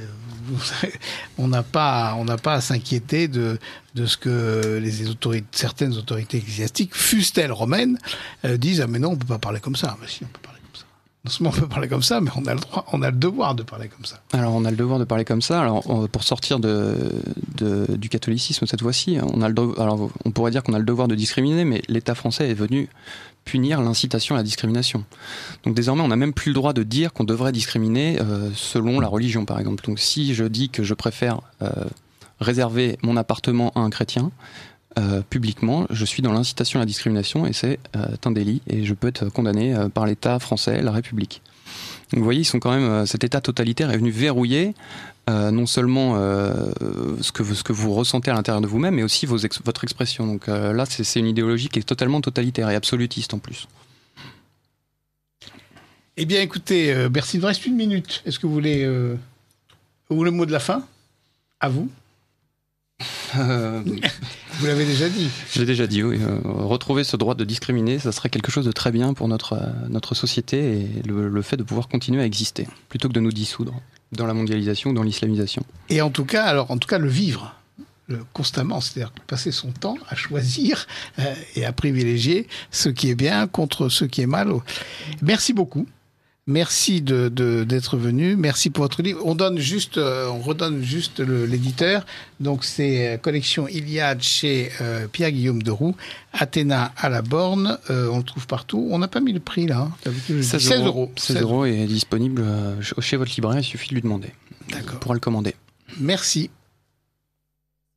On n'a pas, on n'a pas à s'inquiéter de, de ce que les autorités, certaines autorités ecclésiastiques, fussent-elles romaines, euh, disent ah mais non on peut pas parler comme ça. Mais si on peut parler comme ça. Non seulement on peut parler comme ça, mais on a le droit, on a le devoir de parler comme ça. Alors on a le devoir de parler comme ça. Alors pour sortir de, de du catholicisme cette fois-ci, on a le devoir, alors on pourrait dire qu'on a le devoir de discriminer, mais l'État français est venu punir l'incitation à la discrimination. Donc désormais, on n'a même plus le droit de dire qu'on devrait discriminer euh, selon la religion, par exemple. Donc si je dis que je préfère euh, réserver mon appartement à un chrétien, euh, publiquement, je suis dans l'incitation à la discrimination et c'est euh, un délit et je peux être condamné euh, par l'État français, la République. Donc vous voyez, ils sont quand même, euh, cet État totalitaire est venu verrouiller Euh, non seulement euh, ce, que vous, ce que vous ressentez à l'intérieur de vous-même, mais aussi vos ex- votre expression. Donc euh, là, c'est, c'est une idéologie qui est totalement totalitaire et absolutiste en plus. Eh bien, écoutez, euh, merci. Il nous reste une minute. Est-ce que vous voulez... Euh, ou le mot de la fin ? À vous. Euh, Vous l'avez déjà dit. Je l'ai déjà dit, oui. Euh, retrouver ce droit de discriminer, ça serait quelque chose de très bien pour notre, euh, notre société et le, le fait de pouvoir continuer à exister, plutôt que de nous dissoudre dans la mondialisation ou dans l'islamisation. Et en tout cas, alors, en tout cas, le vivre le, constamment, c'est-à-dire passer son temps à choisir euh, et à privilégier ce qui est bien contre ce qui est mal. Merci beaucoup. Merci de, de, d'être venu. Merci pour votre livre. On donne juste, euh, on redonne juste le, l'éditeur. Donc c'est euh, collection Iliade chez euh, Pierre-Guillaume Deroux. Athéna à la borne. Euh, on le trouve partout. On n'a pas mis le prix là. Hein. seize euros. seize euros est disponible chez votre libraire. Il suffit de lui demander. D'accord. On pourra le commander. Merci.